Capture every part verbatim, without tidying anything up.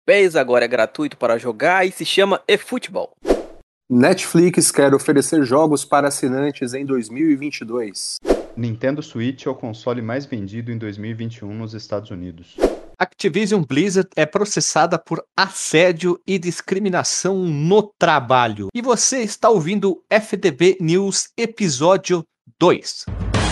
P E S agora é gratuito para jogar e se chama eFootball. Netflix quer oferecer jogos para assinantes em dois mil e vinte e dois. Nintendo Switch é o console mais vendido em dois mil e vinte e um nos Estados Unidos. Activision Blizzard é processada por assédio e discriminação no trabalho. E você está ouvindo F D B News Episódio dois.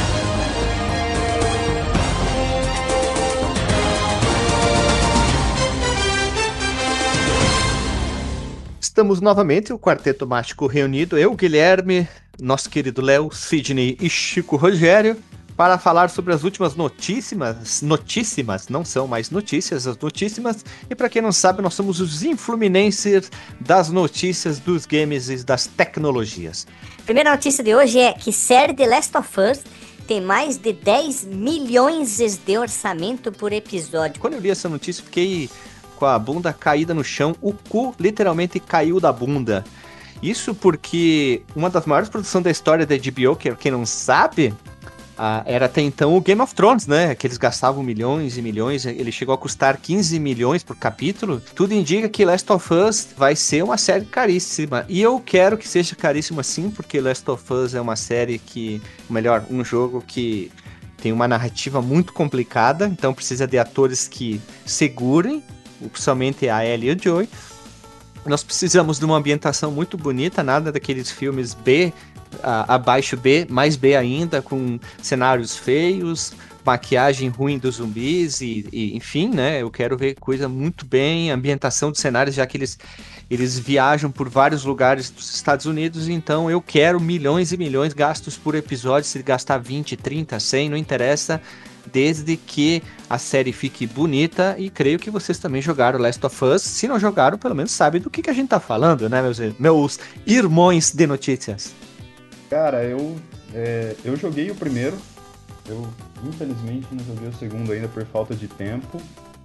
Estamos novamente, o Quarteto Mágico reunido, eu, Guilherme, nosso querido Léo, Sidney e Chico Rogério, para falar sobre as últimas notíssimas, notíssimas, não são mais notícias, as notíssimas, e para quem não sabe, nós somos os influminenses das notícias dos games e das tecnologias. Primeira notícia de hoje é que série The Last of Us tem mais de dez milhões de orçamento por episódio. Quando eu li essa notícia, fiquei com a bunda caída no chão, o cu literalmente caiu da bunda. Isso porque uma das maiores produções da história da H B O, que quem não sabe, ah, era até então o Game of Thrones, né? Que eles gastavam milhões e milhões, ele chegou a custar quinze milhões por capítulo. Tudo indica que Last of Us vai ser uma série caríssima. E eu quero que seja caríssima sim, porque Last of Us é uma série que, melhor, um jogo que tem uma narrativa muito complicada, então precisa de atores que segurem, principalmente a Ellie e o Joey. Nós precisamos de uma ambientação muito bonita, nada daqueles filmes B, a, abaixo B, mais B ainda, com cenários feios, maquiagem ruim dos zumbis, e, e enfim, né, eu quero ver coisa muito bem, ambientação de cenários, já que eles, eles viajam por vários lugares dos Estados Unidos, então eu quero milhões e milhões gastos por episódio, se gastar vinte, trinta, cem, não interessa, desde que a série fique bonita, e creio que vocês também jogaram Last of Us. Se não jogaram, pelo menos sabem do que, que a gente tá falando, né, meus, meus irmãos de notícias? Cara, eu, é, eu joguei o primeiro, eu infelizmente não joguei o segundo ainda por falta de tempo,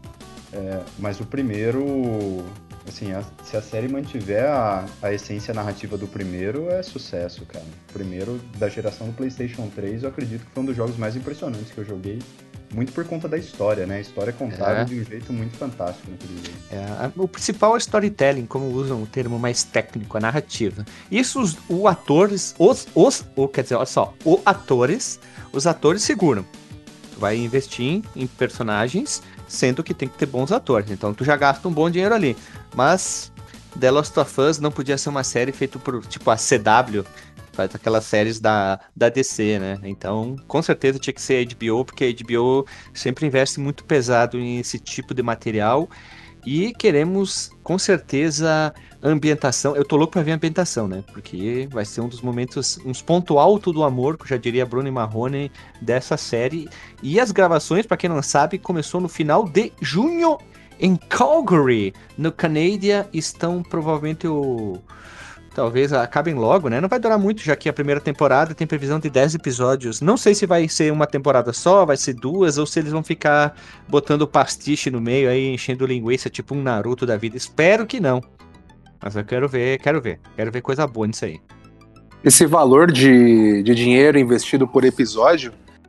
é, mas o primeiro, assim, a, se a série mantiver a, a essência narrativa do primeiro, é sucesso, cara. O primeiro da geração do PlayStation três, eu acredito que foi um dos jogos mais impressionantes que eu joguei, muito por conta da história, né? A história é contada é. de um jeito muito fantástico naquele jogo. É, o principal é o storytelling, como usam o termo mais técnico, a narrativa. Isso os o atores, os, os, o, quer dizer, olha só, os atores, os atores seguram. Tu vai investir em, em personagens, sendo que tem que ter bons atores, então tu já gasta um bom dinheiro ali. Mas The Last of Us não podia ser uma série feita por, tipo, a C W, faz aquelas séries da, da D C, né? Então, com certeza tinha que ser a H B O, porque a H B O sempre investe muito pesado nesse tipo de material. E queremos, com certeza, ambientação. Eu tô louco pra ver a ambientação, né? Porque vai ser um dos momentos, uns pontos altos do amor, que eu já diria Bruno e Marrone, dessa série. E as gravações, pra quem não sabe, começou no final de junho em Calgary, no Canadá. Estão provavelmente o... Talvez acabem logo, né? Não vai durar muito, já que a primeira temporada tem previsão de dez episódios. Não sei se vai ser uma temporada só, vai ser duas, ou se eles vão ficar botando pastiche no meio aí, enchendo linguiça, tipo um Naruto da vida. Espero que não. Mas eu quero ver, quero ver. Quero ver coisa boa nisso aí. Esse valor de, de dinheiro investido por episódio,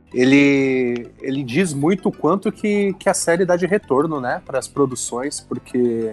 ele, ele diz muito o quanto que, que a série dá de retorno, né? Para as produções, porque...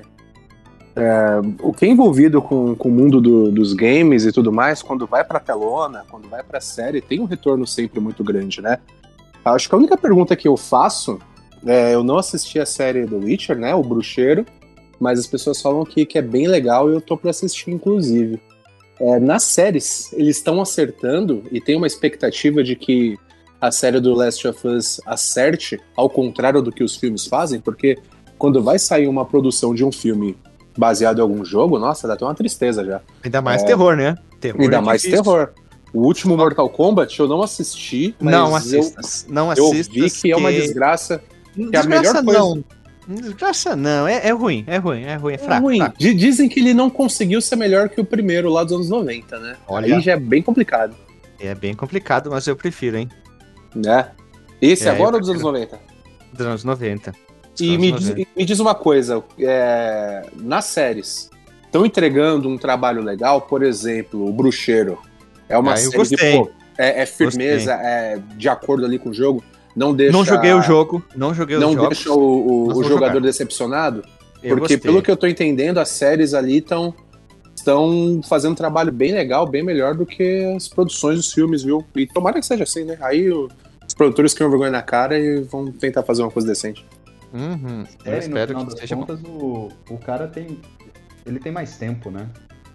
É, o que é envolvido com, com o mundo do, dos games e tudo mais, quando vai pra telona, quando vai pra série, tem um retorno sempre muito grande, né? Acho que a única pergunta que eu faço, é, eu não assisti a série do Witcher, né, o Bruxeiro, mas as pessoas falam que, que é bem legal e eu tô pra assistir, inclusive. É, nas séries, eles estão acertando e tem uma expectativa de que a série do Last of Us acerte, ao contrário do que os filmes fazem, porque quando vai sair uma produção de um filme baseado em algum jogo, nossa, dá até uma tristeza já. Ainda mais é... terror, né? Terror Ainda é mais difícil. terror. O último Mortal Kombat eu não assisti, mas não assistas, eu, não eu assistas vi que, que é uma desgraça. Que desgraça é a melhor coisa... não. Desgraça não, é, é ruim, é ruim, é ruim, é fraco. É ruim. Fraco. Dizem que ele não conseguiu ser melhor que o primeiro lá dos anos noventa, né? Olha. Aí já é bem complicado. É bem complicado, mas eu prefiro, hein? Né? Esse é, agora ou dos anos noventa? Dos anos noventa. E me diz, me diz uma coisa, é, nas séries, estão entregando um trabalho legal, por exemplo, o Bruxeiro. É uma ah, série que, pô, é, é firmeza, é de acordo ali com o jogo. Não deixa... Não joguei o jogo, não joguei não os jogos. Deixa o, o, o jogador jogar. decepcionado? Eu Porque gostei. pelo que eu tô entendendo, as séries ali estão estão fazendo um trabalho bem legal, bem melhor do que as produções dos filmes, viu? E tomara que seja assim, né? Aí o- os produtores criam vergonha na cara e vão tentar fazer uma coisa decente. Uhum, eu Série, no espero final que das seja bom. contas, o, o cara tem. Ele tem mais tempo, né?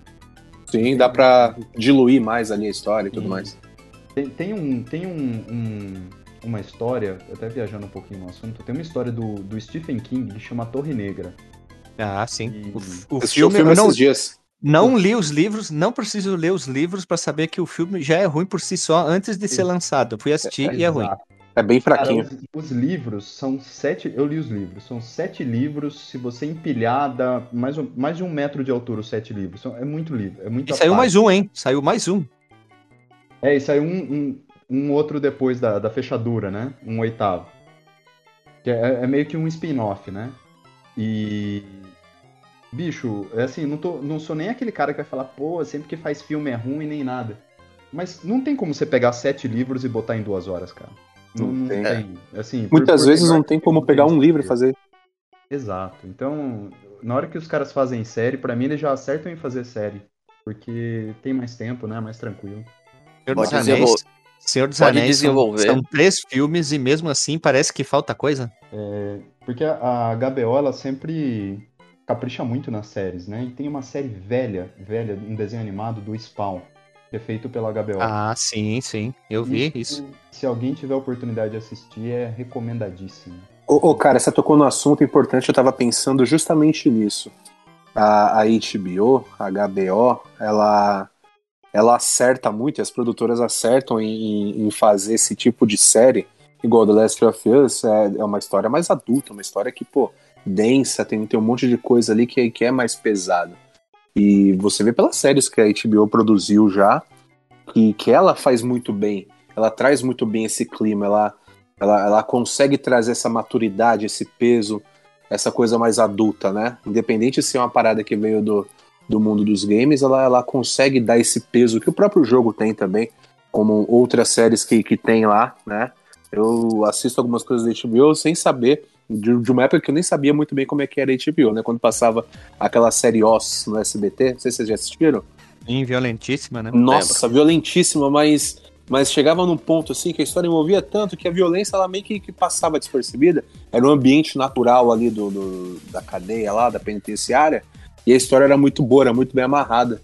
Sim, dá pra diluir mais ali a história e tudo Sim. mais. Tem, tem, um, tem um, um- uma história, até viajando um pouquinho no assunto, tem uma história do, do Stephen King que chama Torre Negra. Ah, sim. E- O, f- o Eu assisti o filme, filme eu não, esses dias. não li os livros, não preciso ler os livros pra saber que o filme já é ruim por si só antes de ser Ex- lançado. Eu fui assistir e é ruim. Exato. É bem Cara, fraquinho. os, os livros são sete. Eu li os livros. São sete livros. Se você empilhar, dá mais, um- mais de um metro de altura os sete livros. São- É muito livro. É muito E saiu mais um, hein? Saiu mais um. É, e saiu um, um, um outro depois da, da fechadura, né? Um oitavo. Que é, é meio que um spin-off, né? E. Bicho, é assim, não, tô, não sou nem aquele cara que vai falar, pô, sempre que faz filme é ruim nem nada. Mas não tem como você pegar sete livros e botar em duas horas, cara. Não, Não não tem. tem. Assim, por- Muitas por vezes melhor não que tem o como filme pegar tenha um livro e sido. fazer. Exato. Então, na hora que os caras fazem série, pra mim eles já acertam em fazer série. Porque tem mais tempo, né? Mais tranquilo. Senhor Pode dos desenvol- Anéis. Senhor dos pode Anéis são, desenvolver. são três filmes e mesmo assim parece que falta coisa. Porque a a H B O, ela sempre capricha muito nas séries, né? E tem uma série velha, velha, um desenho animado do Spawn, que é feito pela H B O. Ah, sim, sim. Eu vi isso. Se alguém tiver a oportunidade de assistir, é recomendadíssimo. Ô, ô, cara, você tocou no assunto importante, eu tava pensando justamente nisso. A, a H B O, a H B O, ela, ela acerta muito, e as produtoras acertam em, em fazer esse tipo de série, igual The Last of Us, é, é uma história mais adulta, uma história que, pô, densa, tem, tem um monte de coisa ali que, que é mais pesada. E você vê pelas séries que a H B O produziu já, que, que ela faz muito bem, ela traz muito bem esse clima, ela, ela, ela consegue trazer essa maturidade, esse peso, essa coisa mais adulta, né? Independente se é uma parada que veio do, do mundo dos games, ela, ela consegue dar esse peso que o próprio jogo tem também, como outras séries que, que tem lá, né? Eu assisto algumas coisas da H B O sem saber, de, de uma época que eu nem sabia muito bem como é que era a H B O, né? Quando passava aquela série Oz no S B T, não sei se vocês já assistiram. Sim, violentíssima, né? Nossa, violentíssima, mas, mas chegava num ponto assim que a história envolvia tanto que a violência ela meio que, que passava despercebida. Era um ambiente natural ali do, do- da cadeia lá, da penitenciária, e a história era muito boa, era muito bem amarrada.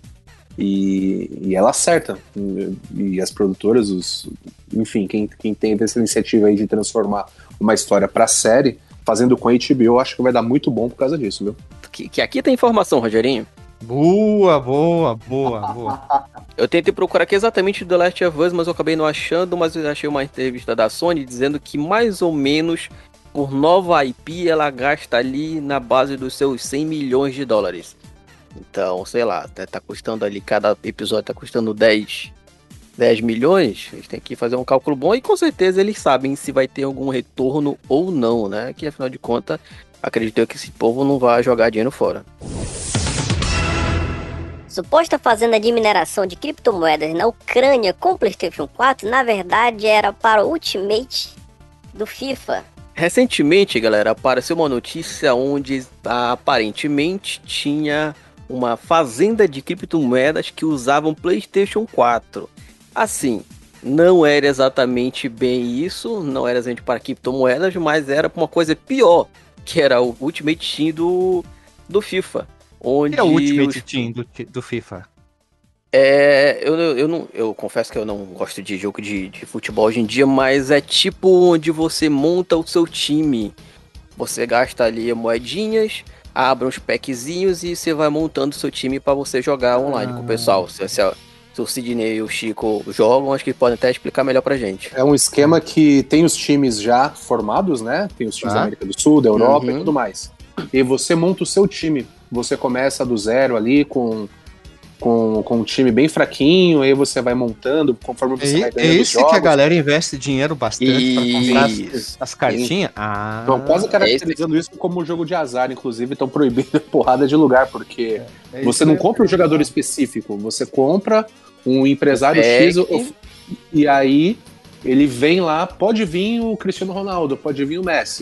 E, e ela acerta. E, e as produtoras, os, enfim, quem, quem tem essa iniciativa aí de transformar uma história pra série, fazendo com a H B O, eu acho que vai dar muito bom por causa disso, viu? Que, que aqui tem informação, Rogerinho. Boa, boa, boa, boa. Eu tentei procurar aqui exatamente The Last of Us, mas eu acabei não achando, mas eu achei uma entrevista da Sony dizendo que mais ou menos por nova I P ela gasta ali na base dos seus cem milhões de dólares. Então, sei lá, tá, tá custando ali, cada episódio tá custando dez, dez milhões, eles têm que fazer um cálculo bom e com certeza eles sabem se vai ter algum retorno ou não, né? Que afinal de contas, acredito eu que esse povo não vai jogar dinheiro fora. Suposta fazenda de mineração de criptomoedas na Ucrânia com PlayStation quatro, na verdade era para o Ultimate do FIFA. Recentemente, galera, apareceu uma notícia onde ah, aparentemente tinha uma fazenda de criptomoedas que usavam PlayStation quatro. Assim, não era exatamente bem isso, não era exatamente para criptomoedas, mas era para uma coisa pior, que era o Ultimate Team do, do FIFA. Onde Que é o Ultimate os- Team do, do FIFA? É, eu, eu, não, eu confesso que eu não gosto de jogo de, de futebol hoje em dia, mas é tipo onde você monta o seu time. Você gasta ali moedinhas, abre uns packzinhos e você vai montando o seu time para você jogar online com o pessoal. Se, se, se o Sidney e o Chico jogam, acho que eles podem até explicar melhor pra gente. É um esquema que tem os times já formados, né? Tem os times Ah. da América do Sul, da Europa Uhum. e tudo mais. E você monta o seu time. Você começa do zero ali com, com, com um time bem fraquinho, aí você vai montando conforme você vai É, é ganhando os esse que a jogos. galera investe dinheiro bastante pra comprar as, Isso. as cartinhas? Ah, Estão quase caracterizando isso como um jogo de azar, inclusive estão proibindo porrada de lugar, porque É isso você que não eu ia compra um jogador perguntar. específico, você compra um empresário O X pack. of- e aí ele vem lá, pode vir o Cristiano Ronaldo, pode vir o Messi.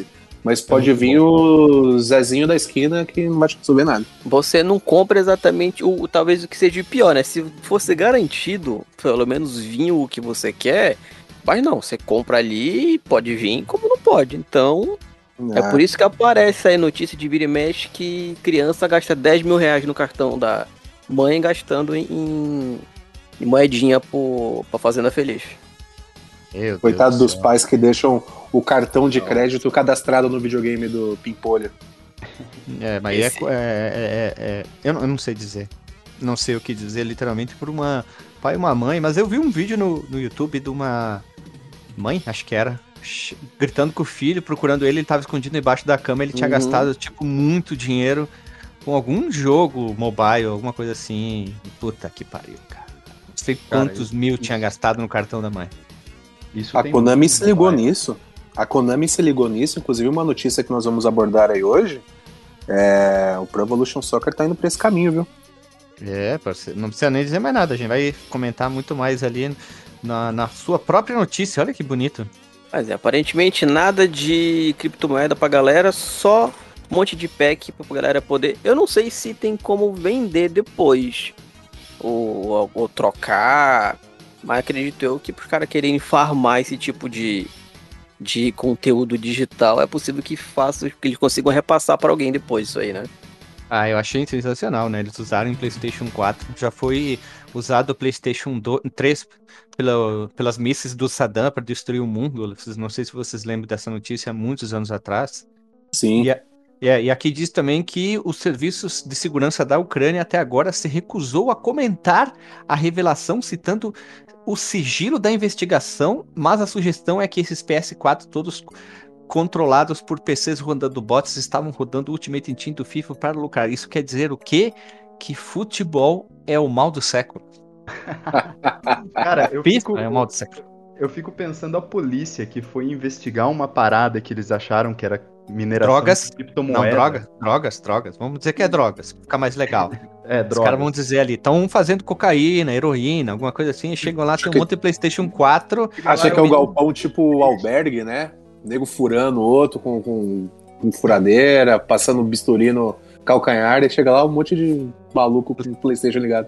Mas pode muito vir bom. o Zezinho da esquina que não vai te resolver nada. Você não compra exatamente o talvez o que seja o pior, né? Se fosse garantido, pelo menos vinho o que você quer, mas não, você compra ali, pode vir como não pode. Então, é, é por isso que aparece aí notícia de vira e mexe que criança gasta dez mil reais no cartão da mãe gastando em, em moedinha por, pra Fazenda Feliz. Meu Coitado Deus dos pais que deixam o cartão de Não. crédito cadastrado no videogame do Pimpolho. É, mas Esse- é, é, é, é- eu, não, eu não sei dizer. Não sei o que dizer, literalmente, por uma pai e uma mãe. Mas eu vi um vídeo no, no YouTube de uma mãe, acho que era, ch- gritando com o filho, procurando ele. Ele tava escondido embaixo da cama. Ele tinha Uhum. gastado, tipo, muito dinheiro com algum jogo mobile, alguma coisa assim. Puta que pariu, cara. Não sei Cara, quantos isso- mil tinha gastado no cartão da mãe. Isso A tem Konami muito se ligou mobile. nisso. A Konami se ligou nisso. Inclusive, uma notícia que nós vamos abordar aí hoje é o Pro Evolution Soccer tá indo pra esse caminho, viu? É, parceiro, não precisa nem dizer mais nada. A gente vai comentar muito mais ali na, na sua própria notícia. Olha que bonito. Mas é, aparentemente nada de criptomoeda pra galera, só um monte de pack pra galera poder. Eu não sei se tem como vender depois ou, ou, ou trocar, mas acredito eu que pros caras quererem farmar esse tipo de, de conteúdo digital, é possível que faça, que eles consigam repassar pra alguém depois isso aí, né? Ah, eu achei sensacional, né? Eles usaram em PlayStation quatro. Já foi usado o PlayStation três pela, pelas mísseis do Saddam para destruir o mundo. Vocês- Não sei se vocês lembram dessa notícia há muitos anos atrás. Sim. E, a- e a- e aqui diz também que os serviços de segurança da Ucrânia até agora se recusou a comentar a revelação, citando o sigilo da investigação, mas a sugestão é que esses P S quatro todos controlados por P Cs rodando bots estavam rodando Ultimate Team do FIFA para lucrar. Isso quer dizer o quê? Que futebol é o mal do século. Cara, eu FIFA fico, é o mal do século. eu fico pensando a polícia que foi investigar uma parada que eles acharam que era mineração Drogas. de criptomoeda. Não, drogas, drogas, drogas. Vamos dizer que é drogas, fica mais legal. É, Os drogas. caras vão dizer ali, estão fazendo cocaína, heroína, alguma coisa assim, e chegam lá, tem um monte de PlayStation quatro. Acha que é o galpão tipo albergue, né? Nego furando o outro com, com, com furadeira, passando bisturi no calcanhar, e chega lá um monte de maluco com o PlayStation ligado.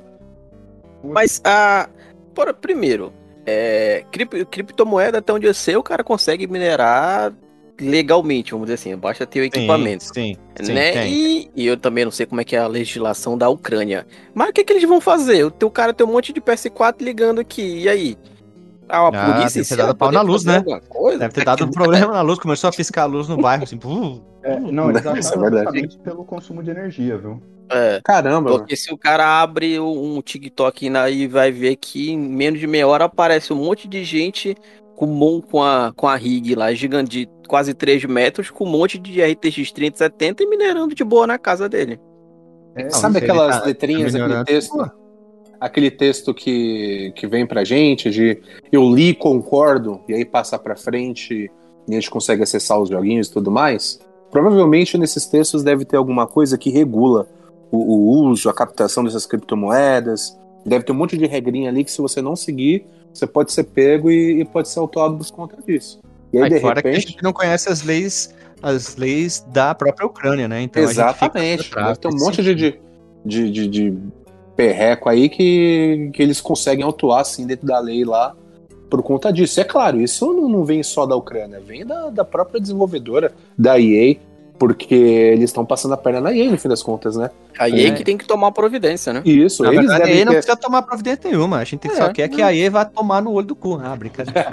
Mas a. Por, primeiro, é, crip- criptomoeda, até onde eu sei, o cara consegue minerar legalmente, vamos dizer assim, basta ter o equipamento. Sim, sim, Né? tem. E, e eu também não sei como é que é a legislação da Ucrânia. Mas o que, que eles vão fazer? O teu cara tem um monte de P S quatro ligando aqui. E aí? A Ah, polícia deve ter se dado vai pau poder na luz, fazer né? alguma coisa? Deve ter dado um problema na luz, começou a piscar a luz no bairro, assim, pum. É, não, eles Isso é acharam verdade. justamente pelo consumo de energia, viu? É. Caramba, mano. Porque se o cara abre um TikTok na- e vai ver que em menos de meia hora aparece um monte de gente com, mon- com, a, com a rig lá, gigante, de quase três metros, com um monte de R T X trinta setenta e minerando de boa na casa dele. É, Sabe isso ele aquelas tá- letrinhas, tá aquele melhorando. texto? Aquele texto que, que vem pra gente de eu li, concordo, e aí passa pra frente e a gente consegue acessar os joguinhos e tudo mais. Provavelmente nesses textos deve ter alguma coisa que regula o, o uso, a captação dessas criptomoedas. Deve ter um monte de regrinha ali que se você não seguir, você pode ser pego e, e pode ser autuado por conta disso. E aí, Aí de fora que a repente... gente não conhece as leis, as leis da própria Ucrânia, né? Então a gente Exatamente. fica pra trás Deve ter um nesse monte de, de, de, de, de perreco aí que, que eles conseguem autuar assim dentro da lei lá por conta disso. É claro, isso não, não vem só da Ucrânia, vem da, da própria desenvolvedora, da E A, porque eles estão passando a perna na E A no fim das contas, né? A E A É. que tem que tomar providência, né? E isso, Na eles verdade, a devem E A não ter... precisa tomar providência nenhuma. A gente É, só quer que a E A vá tomar no olho do cu. Ah, brincadeira.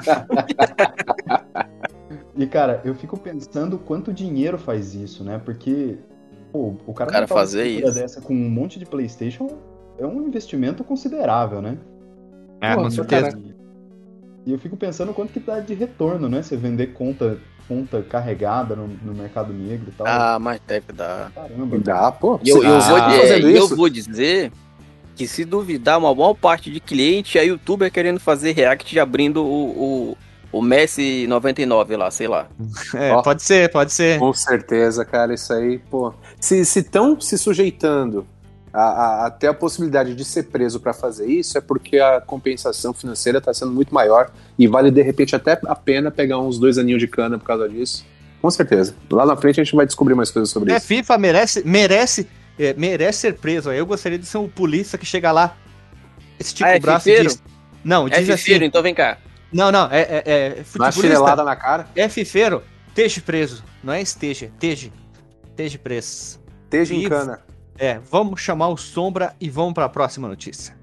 E, cara, eu fico pensando quanto dinheiro faz isso, né? Porque, pô, o cara, O cara montar uma fazer estrutura isso. dessa com um monte de PlayStation é um investimento considerável, né? Ah, Pô, com seu certeza. cara- E eu fico pensando quanto que dá de retorno, né? Você vender conta, conta carregada no, no mercado negro e tal. Ah, mas deve dar. Caramba. Dá, pô. E eu, eu, Ah, vou, tá é, fazendo e eu isso? vou dizer que se duvidar, uma maior parte de cliente é youtuber querendo fazer react abrindo o, o, o Messi noventa e nove lá, sei lá. É, Ó. pode ser, pode ser. Com certeza, cara, isso aí, pô. Se estão se sujeitando a, a, até a possibilidade de ser preso pra fazer isso, é porque a compensação financeira tá sendo muito maior e vale de repente até a pena pegar uns dois aninhos de cana por causa disso. Com certeza. Lá na frente a gente vai descobrir mais coisas sobre É, isso. FIFA merece, merece, é, merece ser preso. Eu gostaria de ser um polícia que chega lá, estica Ah, é o braço e fifeiro? diz... Não, É diz fifeiro, assim... então vem cá. Não, não, é, é, é Dá uma futebolista, chinelada na cara. é fifeiro, esteja preso. Não é esteja, esteja. Esteja preso. Esteja em E- cana. É, vamos chamar o Sombra e vamos para a próxima notícia.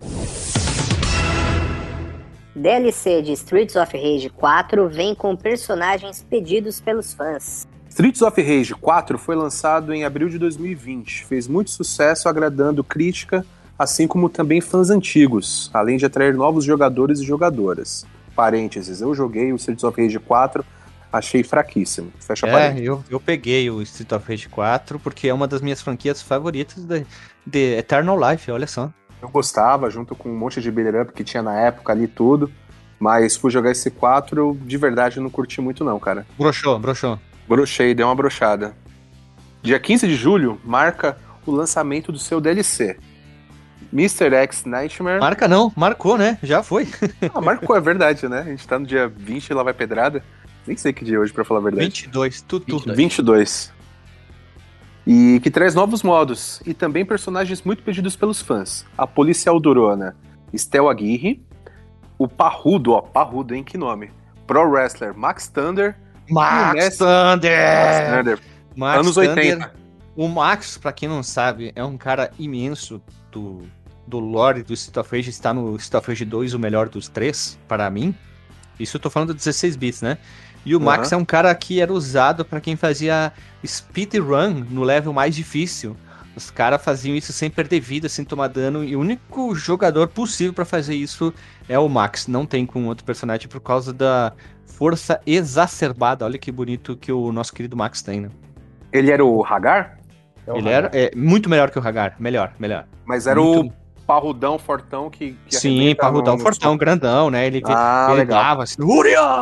D L C de Streets of Rage quatro vem com personagens pedidos pelos fãs. Streets of Rage quatro foi lançado em abril de dois mil e vinte. Fez muito sucesso agradando crítica, assim como também fãs antigos, além de atrair novos jogadores e jogadoras. Parênteses, eu joguei o Streets of Rage quatro, achei fraquíssimo. Fecha É, parênteses. eu, eu peguei o Street of Rage quatro porque é uma das minhas franquias favoritas de, de Eternal Life, olha só. Eu gostava, junto com um monte de beat'em up que tinha na época ali tudo, mas fui jogar esse quatro, eu de verdade não curti muito não, cara. Broxou, broxou. Brochei, deu uma brochada. Dia quinze de julho marca o lançamento do seu D L C. mister X Nightmare. Marca não, marcou, né? Já foi. Ah, marcou, é verdade, né? A gente tá no dia vinte e lá vai pedrada. Nem sei que dia é hoje, pra falar a verdade. vinte e dois, tudo. vinte e dois. E que traz novos modos e também personagens muito pedidos pelos fãs. A policial durona Estel Aguirre, o parrudo, ó, parrudo, hein, que nome? Pro Wrestler Max Thunder. E o Max mestre- Thunder! Max Thunder. Max Anos Thunder. oitenta. O Max, pra quem não sabe, é um cara imenso do, do lore do Street of Rage. Está no Street of Rage dois, o melhor dos três, para mim. Isso eu tô falando de dezesseis bits, né? E o Max Aham. é um cara que era usado pra quem fazia speedrun no level mais difícil. Os caras faziam isso sem perder vida, sem tomar dano. E o único jogador possível pra fazer isso é o Max. Não tem com outro personagem por causa da força exacerbada. Olha que bonito que o nosso querido Max tem, né? Ele era o Hagar, É o Ele Hagar. era é, muito melhor que o Hagar. Melhor, melhor. mas era Muito- o parrudão fortão que, que Sim, arrebenta parrudão, no- no- fortão, grandão, né? Ele Ah, legal. pegava assim, Uria!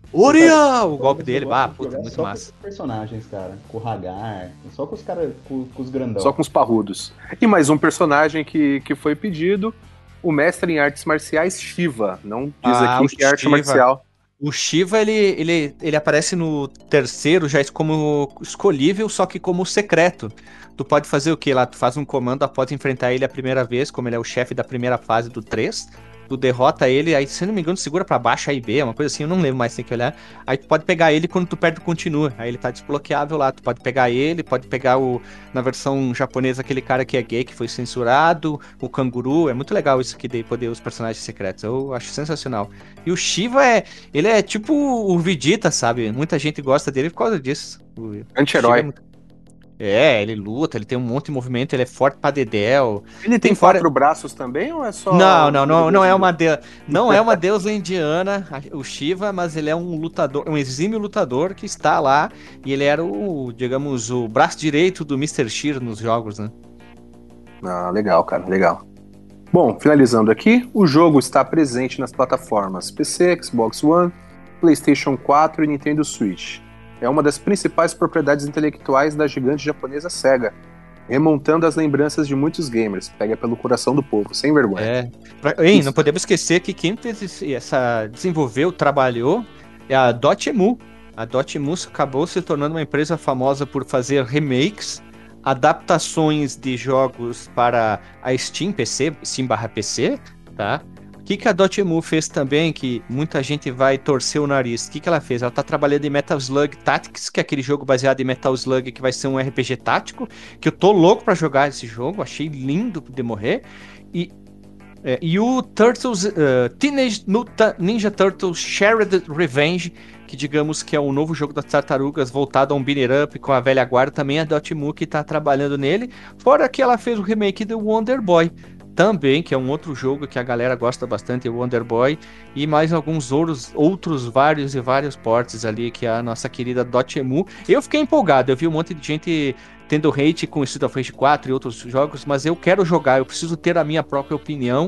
Uria! O golpe Eu dele, gosto bah, de puta, jogar muito só massa. Com os personagens, cara. Com o Hagar, só com os caras, com, com os grandão. Só com os parrudos. E mais um personagem que, que foi pedido, o mestre em artes marciais Shiva. Não diz Ah, aqui o que é arte Shiva. marcial. O Shiva, ele, ele, ele aparece no terceiro já como escolhível, só que como secreto. Tu pode fazer o que lá? Tu faz um comando após enfrentar ele a primeira vez, como ele é o chefe da primeira fase do três. Tu derrota ele, aí se não me engano, segura pra baixo A e B, uma coisa assim, eu não lembro mais, tem que olhar. Aí tu pode pegar ele quando tu perde o continua. Aí ele tá desbloqueável lá. Tu pode pegar ele, pode pegar o. Na versão japonesa, aquele cara que é gay, que foi censurado, o canguru. É muito legal isso aqui de poder os personagens secretos. Eu acho sensacional. E o Shiva é. Ele é tipo o Vegeta, sabe? Muita gente gosta dele por causa disso. O Shiva é Anti-herói. muito- É, ele luta, ele tem um monte de movimento, ele é forte pra dedéu. Ele tem Tem fora- quatro braços também ou é só. Não, não, não, não é uma de... não é uma deusa indiana, a- o Shiva, mas ele é um lutador, um exímio lutador que está lá e ele era o, digamos, o braço direito do mister Shear nos jogos, né? Ah, legal, cara, legal. Bom, finalizando aqui, o jogo está presente nas plataformas P C, Xbox One, PlayStation quatro e Nintendo Switch. É uma das principais propriedades intelectuais da gigante japonesa Sega, remontando as lembranças de muitos gamers. Pega pelo coração do povo, sem vergonha. É. Pra... Ei, Isso. não podemos esquecer que quem fez esse- essa desenvolveu, trabalhou é a Dotemu. A Dotemu acabou se tornando uma empresa famosa por fazer remakes, adaptações de jogos para a Steam P C, Steam barra P C, tá? O que, que a Dotemu fez também, que muita gente vai torcer o nariz? O que, que ela fez? Ela tá trabalhando em Metal Slug Tactics, que é aquele jogo baseado em Metal Slug, que vai ser um R P G tático, que eu tô louco pra jogar esse jogo, achei lindo de morrer. E, é, e o Turtles, uh, Teenage Mutant Ninja Turtles Shared Revenge, que digamos que é o novo jogo das tartarugas voltado a um beat'em up com a velha guarda, também a Dotemu que tá trabalhando nele, fora que ela fez o remake do Wonder Boy, também, que é um outro jogo que a galera gosta bastante, o Wonder Boy, e mais alguns outros, outros vários e vários portes ali, que é a nossa querida Dotemu. Eu fiquei empolgado, eu vi um monte de gente tendo hate com Street of Rage quatro e outros jogos, mas eu quero jogar, eu preciso ter a minha própria opinião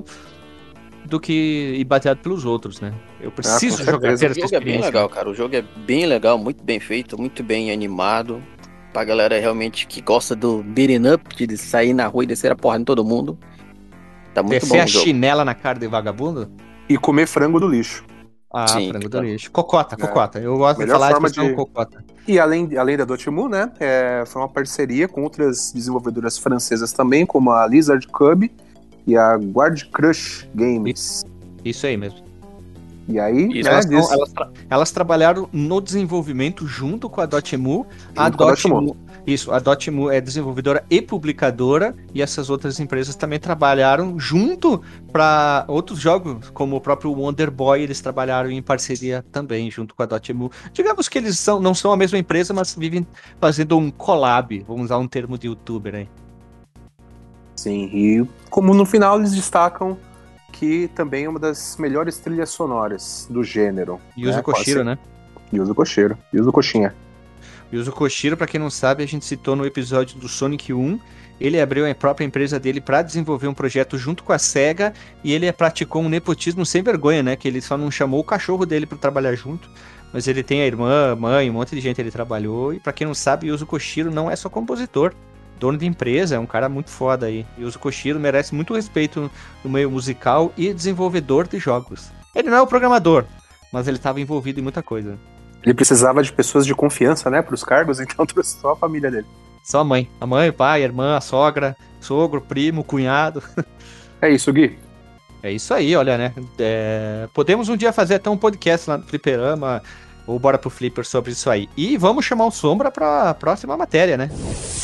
do que ir baseado pelos outros, né? Eu preciso com jogar, certeza. ter O essa jogo é bem experiência. legal, cara. O jogo é bem legal, muito bem feito, muito bem animado. Pra galera realmente que gosta do beating up, de sair na rua e descer a porra em todo mundo. Tá muito Descer bom a o jogo. chinela na cara de vagabundo? E comer frango do lixo. Ah, Sim, frango claro. do lixo. Cocota, cocota. Eu gosto de Melhor falar a forma expressão de- cocota. E além, além da Dotemu, né, é, foi uma parceria com outras desenvolvedoras francesas também, como a Lizard Cub e a Guard Crush Games. Isso aí mesmo. E aí, Isso. né, Elas, diz, tão- elas, tra- elas trabalharam no desenvolvimento junto com a Dotemu. A Junto com a Dotemu. Dotemu, isso, a Dotemu é desenvolvedora e publicadora, e essas outras empresas também trabalharam junto para outros jogos, como o próprio Wonder Boy, eles trabalharam em parceria também junto com a Dotemu. Digamos que eles são, não são a mesma empresa, mas vivem fazendo um collab, vamos usar um termo de youtuber aí. sim, e como no final eles destacam que também é uma das melhores trilhas sonoras do gênero. Yuzo né, Koshiro, quase- né? Yuzo Koshiro, Yuzo Coxinha. Yuzo Koshiro, pra quem não sabe, a gente citou no episódio do Sonic um. Ele abriu a própria empresa dele pra desenvolver um projeto junto com a SEGA e ele praticou um nepotismo sem vergonha, né? Que ele só não chamou o cachorro dele pra trabalhar junto, mas ele tem a irmã, a mãe, um monte de gente ele trabalhou. E pra quem não sabe, Yuzo Koshiro não é só compositor, dono de empresa, é um cara muito foda aí. Yuzo Koshiro merece muito respeito no meio musical e desenvolvedor de jogos. Ele não é o programador, mas ele estava envolvido em muita coisa. Ele precisava de pessoas de confiança, né, pros cargos, então trouxe só a família dele. Só a mãe. A mãe, o pai, a irmã, a sogra, sogro, primo, cunhado. É isso, Gui. É isso aí, olha, né? É, podemos um dia fazer até um podcast lá no Fliperama ou Bora pro Flipper sobre isso aí. E vamos chamar o Sombra pra próxima matéria, né?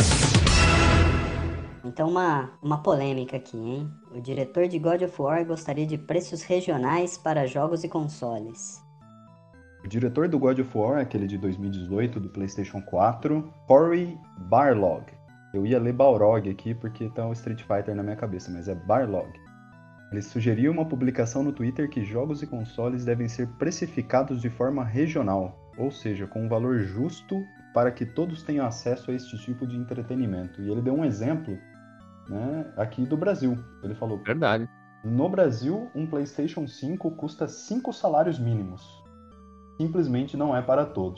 Então uma, uma polêmica aqui, hein? O diretor de God of War gostaria de preços regionais para jogos e consoles. O diretor do God of War, aquele de dois mil e dezoito, do PlayStation quatro, Cory Barlog. Eu ia ler Balrog aqui porque tá o Street Fighter na minha cabeça, mas é Barlog. Ele sugeriu uma publicação no Twitter que jogos e consoles devem ser precificados de forma regional, ou seja, com um valor justo para que todos tenham acesso a este tipo de entretenimento. E ele deu um exemplo, né, aqui do Brasil. Ele falou: Verdade. no Brasil, um PlayStation cinco custa cinco salários mínimos. Simplesmente não é para todos.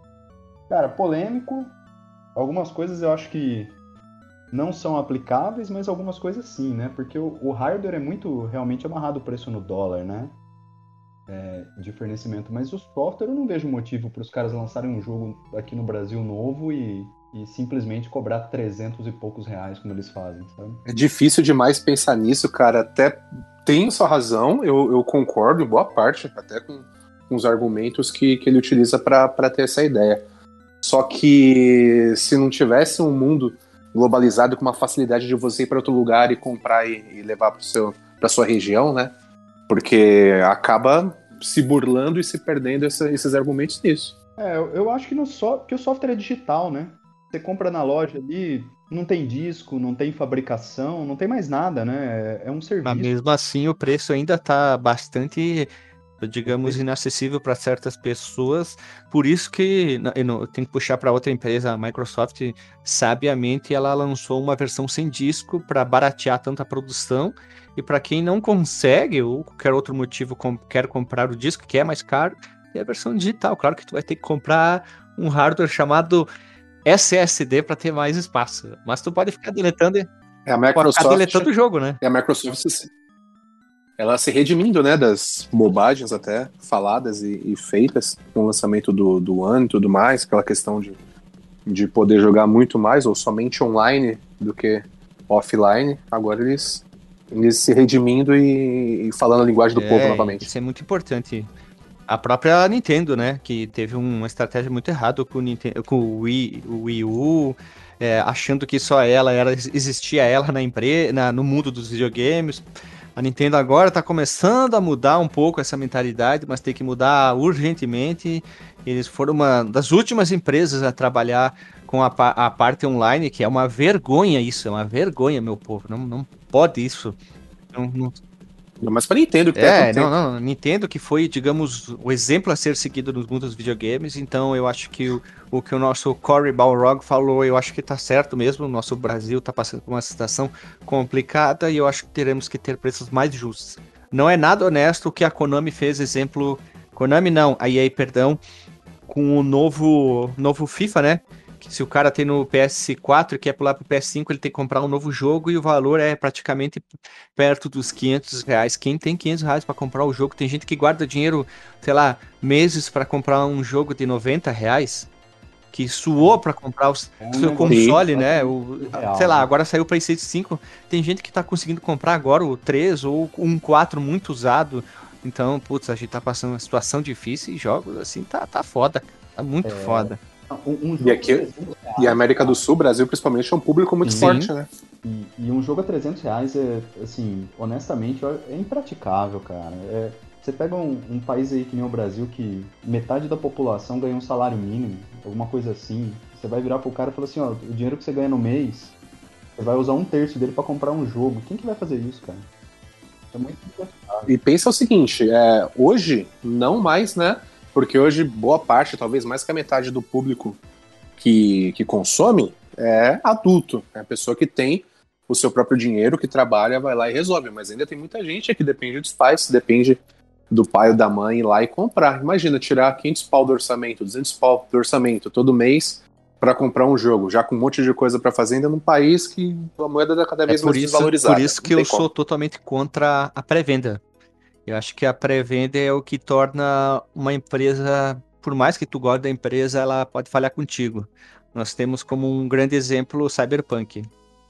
Cara, polêmico. Algumas coisas eu acho que não são aplicáveis, mas algumas coisas sim, né? Porque o, o hardware é muito realmente amarrado o preço no dólar, né? É, de fornecimento. Mas o software eu não vejo motivo para os caras lançarem um jogo aqui no Brasil novo e, e simplesmente cobrar trezentos e poucos reais, como eles fazem, sabe? É difícil demais pensar nisso, cara. Até tem sua razão, eu, eu concordo em boa parte, até com, com os argumentos que, que ele utiliza para ter essa ideia. Só que se não tivesse um mundo globalizado com uma facilidade de você ir para outro lugar e comprar e, e levar para sua região, né? Porque acaba se burlando e se perdendo essa, esses argumentos nisso. É, eu, eu acho que, no so, que o software é digital, né? Você compra na loja ali, não tem disco, não tem fabricação, não tem mais nada, né? É, é um serviço. Mas mesmo assim, o preço ainda tá bastante, digamos, inacessível para certas pessoas. Por isso que eu, não, eu tenho que puxar para outra empresa, a Microsoft, sabiamente, ela lançou uma versão sem disco para baratear tanto a produção. E para quem não consegue, ou qualquer outro motivo, com, quer comprar o disco, que é mais caro, tem a versão digital. Claro que tu vai ter que comprar um hardware chamado S S D para ter mais espaço. Mas tu pode ficar deletando, é a Microsoft, ficar deletando o jogo, né? É a Microsoft, ela se redimindo, né, das bobagens até faladas e, e feitas com o lançamento do, do ano e tudo mais, aquela questão de, de poder jogar muito mais ou somente online do que offline. Agora eles eles se redimindo e, e falando a linguagem do é, povo novamente. Isso é muito importante. A própria Nintendo, né, que teve uma estratégia muito errada com o, Nintendo, com o, Wii, o Wii U, é, achando que só ela era, existia ela na empresa, na, no mundo dos videogames. A Nintendo agora está começando a mudar um pouco essa mentalidade, mas tem que mudar urgentemente. Eles foram uma das últimas empresas a trabalhar com a, a parte online, que é uma vergonha isso, é uma vergonha, meu povo. Não, não pode isso. Não, não... Mas para Nintendo que É, tem não, não, Nintendo que foi, digamos, o exemplo a ser seguido nos mundos dos videogames, então eu acho que o, o que o nosso Cory Balrog falou, eu acho que tá certo mesmo, o nosso Brasil tá passando por uma situação complicada e eu acho que teremos que ter preços mais justos. Não é nada honesto o que a Konami fez, exemplo, Konami não, a E A, perdão, com o novo, novo FIFA, né, que se o cara tem no P S quatro e quer pular pro P S cinco, ele tem que comprar um novo jogo e o valor é praticamente perto dos quinhentos reais. Quem tem quinhentos reais para comprar o jogo? Tem gente que guarda dinheiro, sei lá, meses para comprar um jogo de noventa reais, que suou para comprar o É um seu negócio console, assim, né? O, real, sei lá, né? agora saiu o PlayStation cinco. Tem gente que tá conseguindo comprar agora o três ou um quatro muito usado. Então, putz, a gente tá passando uma situação difícil e jogos assim tá, tá foda. Tá muito foda. Um, um jogo E aqui, trezentos reais, e a América do Sul, Brasil principalmente, é um público muito Sim. forte, né? E, e um jogo a trezentos reais é, assim, honestamente, é impraticável, cara. É, você pega um, um país aí que nem o Brasil, que metade da população ganha um salário mínimo, alguma coisa assim. Você vai virar pro cara e falar assim, ó, o dinheiro que você ganha no mês, você vai usar um terço dele pra comprar um jogo. Quem que vai fazer isso, cara? É muito impraticável. E pensa o seguinte, é, hoje, não mais, né? Porque hoje, boa parte, talvez mais que a metade do público que, que consome é adulto. É a pessoa que tem o seu próprio dinheiro, que trabalha, vai lá e resolve. Mas ainda tem muita gente que depende dos pais, depende do pai ou da mãe ir lá e comprar. Imagina, tirar quinhentos pau do orçamento, duzentos pau do orçamento todo mês para comprar um jogo, já com um monte de coisa para fazer, ainda num país que a moeda está cada É vez por mais isso, desvalorizada. por isso que Não eu tem como. sou totalmente contra a pré-venda. Eu acho que a pré-venda é o que torna uma empresa, por mais que tu goste da empresa, ela pode falhar contigo. Nós temos como um grande exemplo o Cyberpunk.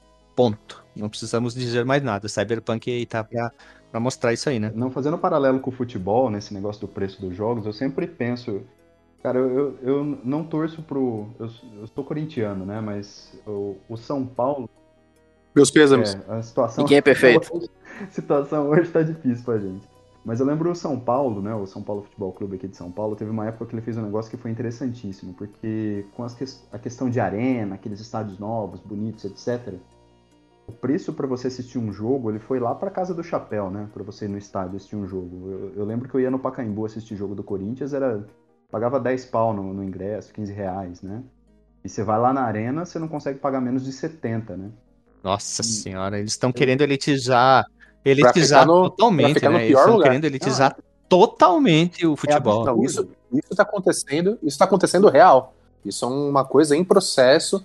Ponto. Não precisamos dizer mais nada. O Cyberpunk aí tá pra, pra mostrar isso aí, né? Não fazendo paralelo com o futebol, nesse negócio do preço dos jogos, eu sempre penso, cara, eu, eu, eu não torço pro. Eu, eu sou corintiano, né? Mas o, o São Paulo, Meus pêsames. é, a situação. Ninguém é perfeito. A situação hoje tá difícil pra gente. Mas eu lembro o São Paulo, né? O São Paulo Futebol Clube aqui de São Paulo, teve uma época que ele fez um negócio que foi interessantíssimo, porque com as que, a questão de arena, aqueles estádios novos, bonitos, etcétera, o preço para você assistir um jogo, ele foi lá para Casa do Chapéu, né? Para você ir no estádio assistir um jogo. Eu, eu lembro que eu ia no Pacaembu assistir jogo do Corinthians, era pagava dez pau no, no ingresso, quinze reais, né? E você vai lá na arena, você não consegue pagar menos de setenta, né? Nossa senhora, eles estão querendo elitizar, Pra ficar elitizar no, pra totalmente, ficar no né? Eles pior estão lugar. querendo elitizar totalmente o futebol. Não, isso, isso tá acontecendo, isso tá acontecendo real. Isso é uma coisa em processo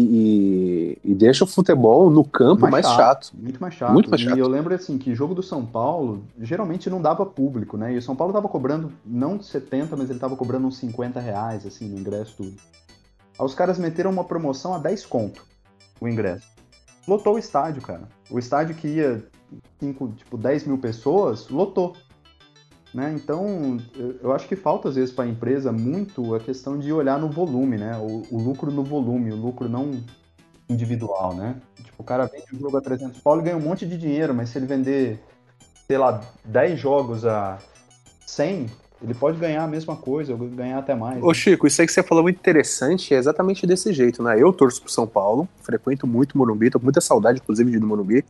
e, e, e deixa o futebol no campo mais, chato. Muito mais chato. Muito mais chato. E eu lembro assim que jogo do São Paulo geralmente não dava público, né? E o São Paulo tava cobrando não setenta, mas ele tava cobrando uns cinquenta reais, assim, no ingresso tudo. Aí os caras meteram uma promoção a dez conto o ingresso. Lotou o estádio, cara. O estádio que ia cinco, tipo, dez mil pessoas, lotou. Né? Então, eu, eu acho que falta às vezes para a empresa muito a questão de olhar no volume, né? O, o lucro no volume, o lucro não individual, né? Tipo, o cara vende um jogo a trezentos pau e ganha um monte de dinheiro, mas se ele vender, sei lá, dez jogos a cem, ele pode ganhar a mesma coisa, ou ganhar até mais. Ô né? Chico, isso aí que você falou muito interessante, é exatamente desse jeito, né? Eu torço pro São Paulo, frequento muito o Morumbi, tô com muita saudade, inclusive, de ir no Morumbi.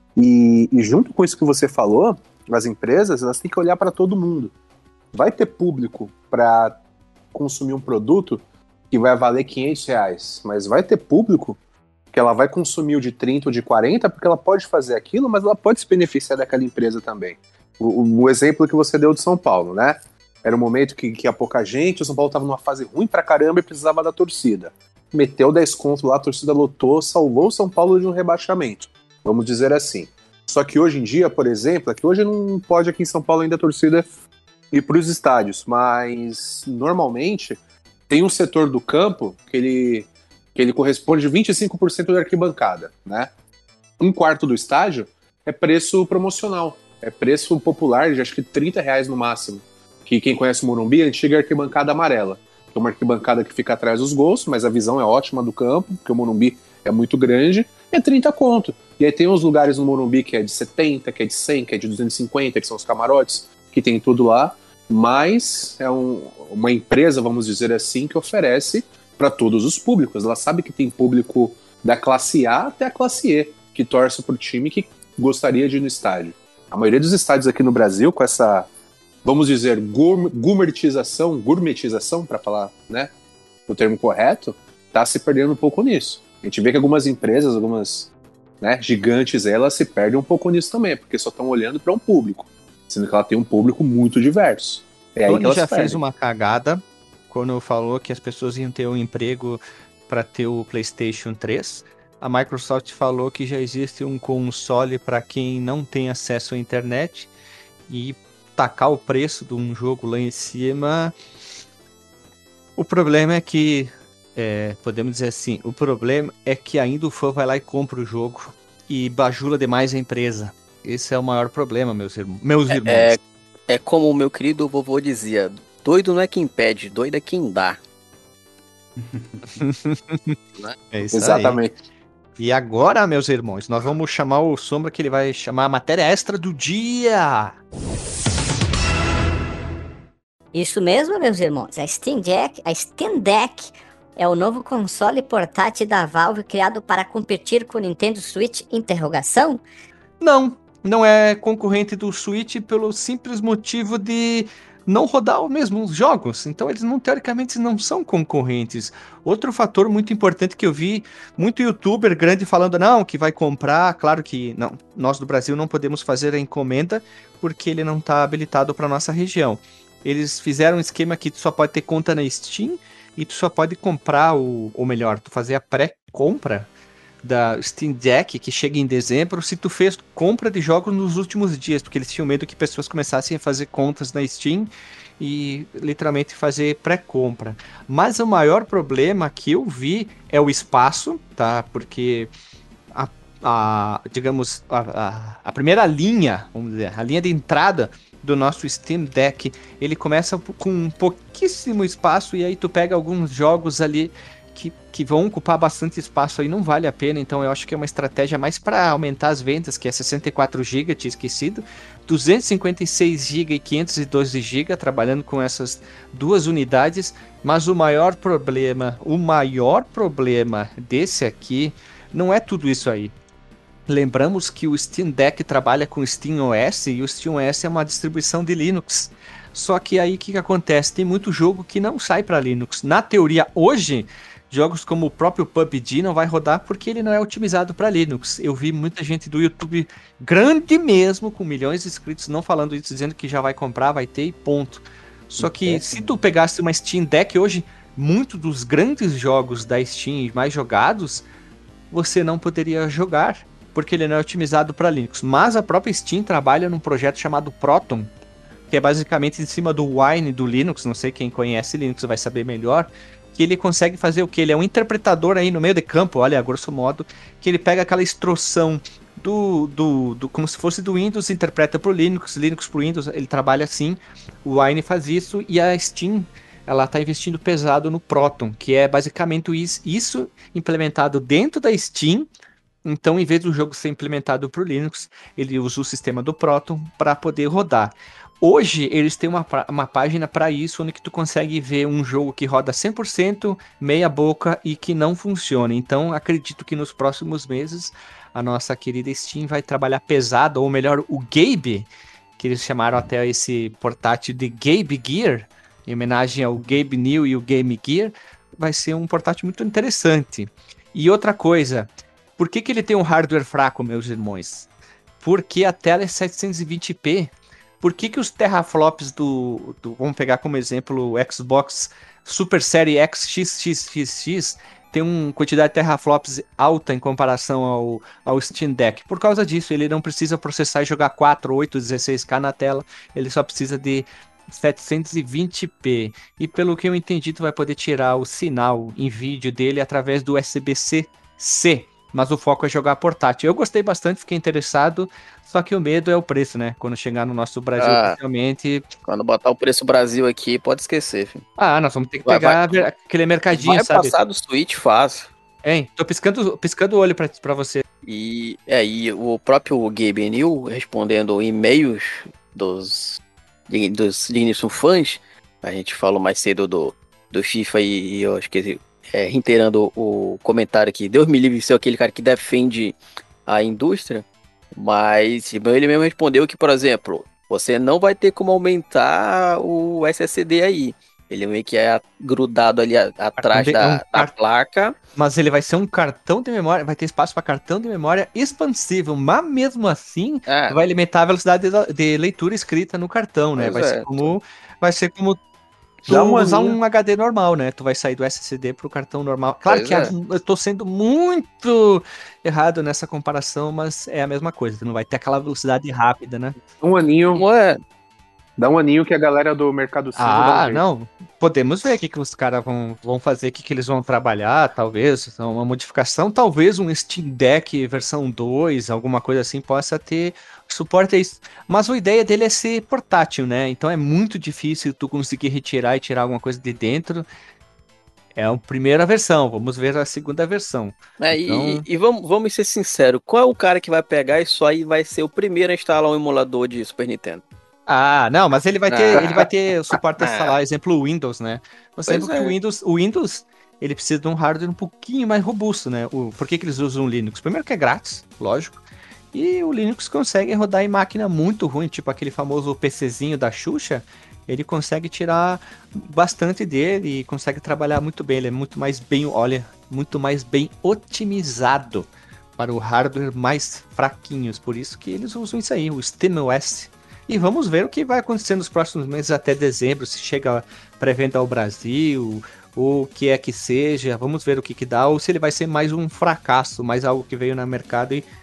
E, e junto com isso que você falou, as empresas, elas têm que olhar para todo mundo. Vai ter público para consumir um produto que vai valer quinhentos reais, mas vai ter público que ela vai consumir o de trinta ou de quarenta, porque ela pode fazer aquilo, mas ela pode se beneficiar daquela empresa também. O, o, o exemplo que você deu de São Paulo, né? Era um momento que, que ia pouca gente, o São Paulo estava numa fase ruim pra caramba e precisava da torcida. Meteu dez conto lá, a torcida lotou, salvou o São Paulo de um rebaixamento. Vamos dizer assim. Só que hoje em dia, por exemplo, é que hoje não pode aqui em São Paulo ainda a torcida ir para os estádios, mas normalmente tem um setor do campo que ele, que ele corresponde a vinte e cinco por cento da arquibancada, né? Um quarto do estádio é preço promocional, é preço popular de acho que trinta reais no máximo. Que quem conhece o Morumbi, a antiga arquibancada amarela. É uma arquibancada que fica atrás dos gols, mas a visão é ótima do campo, porque o Morumbi é muito grande, é trinta conto. E aí tem uns lugares no Morumbi que é de setenta, que é de cem, que é de duzentos e cinquenta, que são os camarotes, que tem tudo lá, mas é um, uma empresa, vamos dizer assim, que oferece para todos os públicos. Ela sabe que tem público da classe A até a classe E, que torce pro time que gostaria de ir no estádio. A maioria dos estádios aqui no Brasil, com essa, vamos dizer, gourmetização, gourmetização, para falar, né, o termo correto, tá se perdendo um pouco nisso. A gente vê que algumas empresas, algumas, né, gigantes, elas se perdem um pouco nisso também, porque só estão olhando para um público, sendo que ela tem um público muito diverso. É aí que Tony elas já se perdem. fez uma cagada quando falou que as pessoas iam ter um emprego para ter o PlayStation três. A Microsoft falou que já existe um console para quem não tem acesso à internet, e tacar o preço de um jogo lá em cima. O problema é que, é, podemos dizer assim, o problema é que ainda o fã vai lá e compra o jogo e bajula demais a empresa. Esse é o maior problema, meus irmãos. Meus irmãos. É, é como o meu querido vovô dizia, doido não é quem pede, doido é quem dá. É isso Exatamente. aí. E agora, meus irmãos, nós vamos chamar o Sombra, que ele vai chamar a matéria extra do dia. Isso mesmo, meus irmãos. A Steam Deck, a Steam Deck é o novo console portátil da Valve criado para competir com o Nintendo Switch? Interrogação? Não, não é concorrente do Switch pelo simples motivo de não rodar os mesmos jogos. Então eles não, teoricamente, não são concorrentes. Outro fator muito importante que eu vi, muito youtuber grande falando, não, que vai comprar, claro que não, nós do Brasil não podemos fazer a encomenda porque ele não está habilitado para nossa região. Eles fizeram um esquema que tu só pode ter conta na Steam e tu só pode comprar, o, ou melhor, tu fazer a pré-compra da Steam Deck, que chega em dezembro, se tu fez compra de jogos nos últimos dias, porque eles tinham medo que pessoas começassem a fazer contas na Steam e literalmente fazer pré-compra. Mas o maior problema que eu vi é o espaço, tá? Porque a, a digamos, a, a, a primeira linha, vamos dizer, a linha de entrada do nosso Steam Deck, ele começa com pouquíssimo espaço, e aí tu pega alguns jogos ali Que, que vão ocupar bastante espaço aí, não vale a pena. Então eu acho que é uma estratégia mais para aumentar as vendas, que é sessenta e quatro gigas, tinha esquecido, duzentos e cinquenta e seis gigas e quinhentos e doze gigas, trabalhando com essas duas unidades. Mas o maior problema, o maior problema desse aqui não é tudo isso aí. Lembramos que o Steam Deck trabalha com SteamOS, e o SteamOS é uma distribuição de Linux. Só que aí o que, que acontece? Tem muito jogo que não sai para Linux. Na teoria, hoje, jogos como o próprio P U B G não vai rodar porque ele não é otimizado para Linux. Eu vi muita gente do YouTube grande mesmo, com milhões de inscritos, não falando isso, dizendo que já vai comprar, vai ter e ponto. Só que se tu pegasse uma Steam Deck hoje, muitos dos grandes jogos da Steam mais jogados, você não poderia jogar, porque ele não é otimizado para Linux. Mas a própria Steam trabalha num projeto chamado Proton, que é basicamente em cima do Wine do Linux, não sei quem conhece Linux vai saber melhor, que ele consegue fazer o que? Ele é um interpretador aí no meio de campo, olha, a grosso modo, que ele pega aquela instrução do, do, do como se fosse do Windows, interpreta para o Linux, Linux para o Windows, ele trabalha assim, o Wine faz isso, e a Steam, ela está investindo pesado no Proton, que é basicamente isso, isso implementado dentro da Steam. Então, em vez do jogo ser implementado para o Linux, ele usa o sistema do Proton para poder rodar. Hoje, eles têm uma, uma página para isso, onde que tu consegue ver um jogo que roda cem por cento, meia boca e que não funciona. Então, acredito que nos próximos meses, a nossa querida Steam vai trabalhar pesado, ou melhor, o Gabe, que eles chamaram até esse portátil de Gabe Gear, em homenagem ao Gabe New e o Game Gear, vai ser um portátil muito interessante. E outra coisa, por que que ele tem um hardware fraco, meus irmãos? Porque a tela é setecentos e vinte p. Por que que os teraflops do, do... Vamos pegar como exemplo o Xbox Super Série X X X X X tem uma quantidade de teraflops alta em comparação ao, ao Steam Deck? Por causa disso, ele não precisa processar e jogar quatro, oito, dezesseis K na tela. Ele só precisa de setecentos e vinte p. E pelo que eu entendi, tu vai poder tirar o sinal em vídeo dele através do U S B C C. Mas o foco é jogar portátil. Eu gostei bastante, fiquei interessado, só que o medo é o preço, né? Quando chegar no nosso Brasil, Ah, realmente... Quando botar o preço Brasil aqui, pode esquecer, filho. Ah, nós vamos ter que Vai- pegar vai- aquele mercadinho, Vai sabe? passar do Switch fácil. Hein? Tô piscando, piscando o olho pra, pra você. E aí o próprio Gabe New respondendo e-mails dos, dos Linux fãs, a gente falou mais cedo do, do FIFA e, e eu acho que é, reiterando o comentário aqui, Deus me livre de ser aquele cara que defende a indústria, mas ele mesmo respondeu que, por exemplo, você não vai ter como aumentar o S S D aí. Ele meio que é grudado ali a- atrás de- é um da, da car- placa. Mas ele vai ser um cartão de memória, vai ter espaço para cartão de memória expansível, mas mesmo assim É, vai limitar a velocidade de, de leitura escrita no cartão, né? Pois Vai é. ser como, vai ser como tu Dá um usar aninho. um H D normal, né? Tu vai sair do S S D pro cartão normal. Claro Pois que é. eu tô sendo muito errado nessa comparação, mas é a mesma coisa. Tu não vai ter aquela velocidade rápida, né? Um aninho, Ué, dá um aninho que a galera do Mercado Cinza dá um Ah, jeito. não. Podemos ver o que, que os caras vão, vão fazer, o que, que eles vão trabalhar, talvez. Então, uma modificação, talvez um Steam Deck versão dois, alguma coisa assim, possa ter suporte a isso. Mas a ideia dele é ser portátil, né? Então é muito difícil tu conseguir retirar e tirar alguma coisa de dentro. É a primeira versão, vamos ver a segunda versão. é, e, Então- e vamos, vamos ser sinceros, qual é o cara que vai pegar isso aí e vai ser o primeiro a instalar um emulador de Super Nintendo? Ah, não, mas ele vai ter, Ah. ele vai ter o suporte a Ah. instalar, exemplo, o Windows, né? Você Pois lembra que o é. Windows, o Windows, ele precisa de um hardware um pouquinho mais robusto, né? O, por que, que eles usam o Linux? Primeiro que é grátis, lógico. E o Linux consegue rodar em máquina muito ruim, tipo aquele famoso PCzinho da Xuxa, ele consegue tirar bastante dele e consegue trabalhar muito bem. Ele é muito mais bem, olha, muito mais bem otimizado para o hardware mais fraquinhos. Por isso que eles usam isso aí, o SteamOS. E vamos ver o que vai acontecer nos próximos meses até dezembro, se chega pré-venda ao Brasil, ou o que é que seja. Vamos ver o que que dá, ou se ele vai ser mais um fracasso, mais algo que veio no mercado e...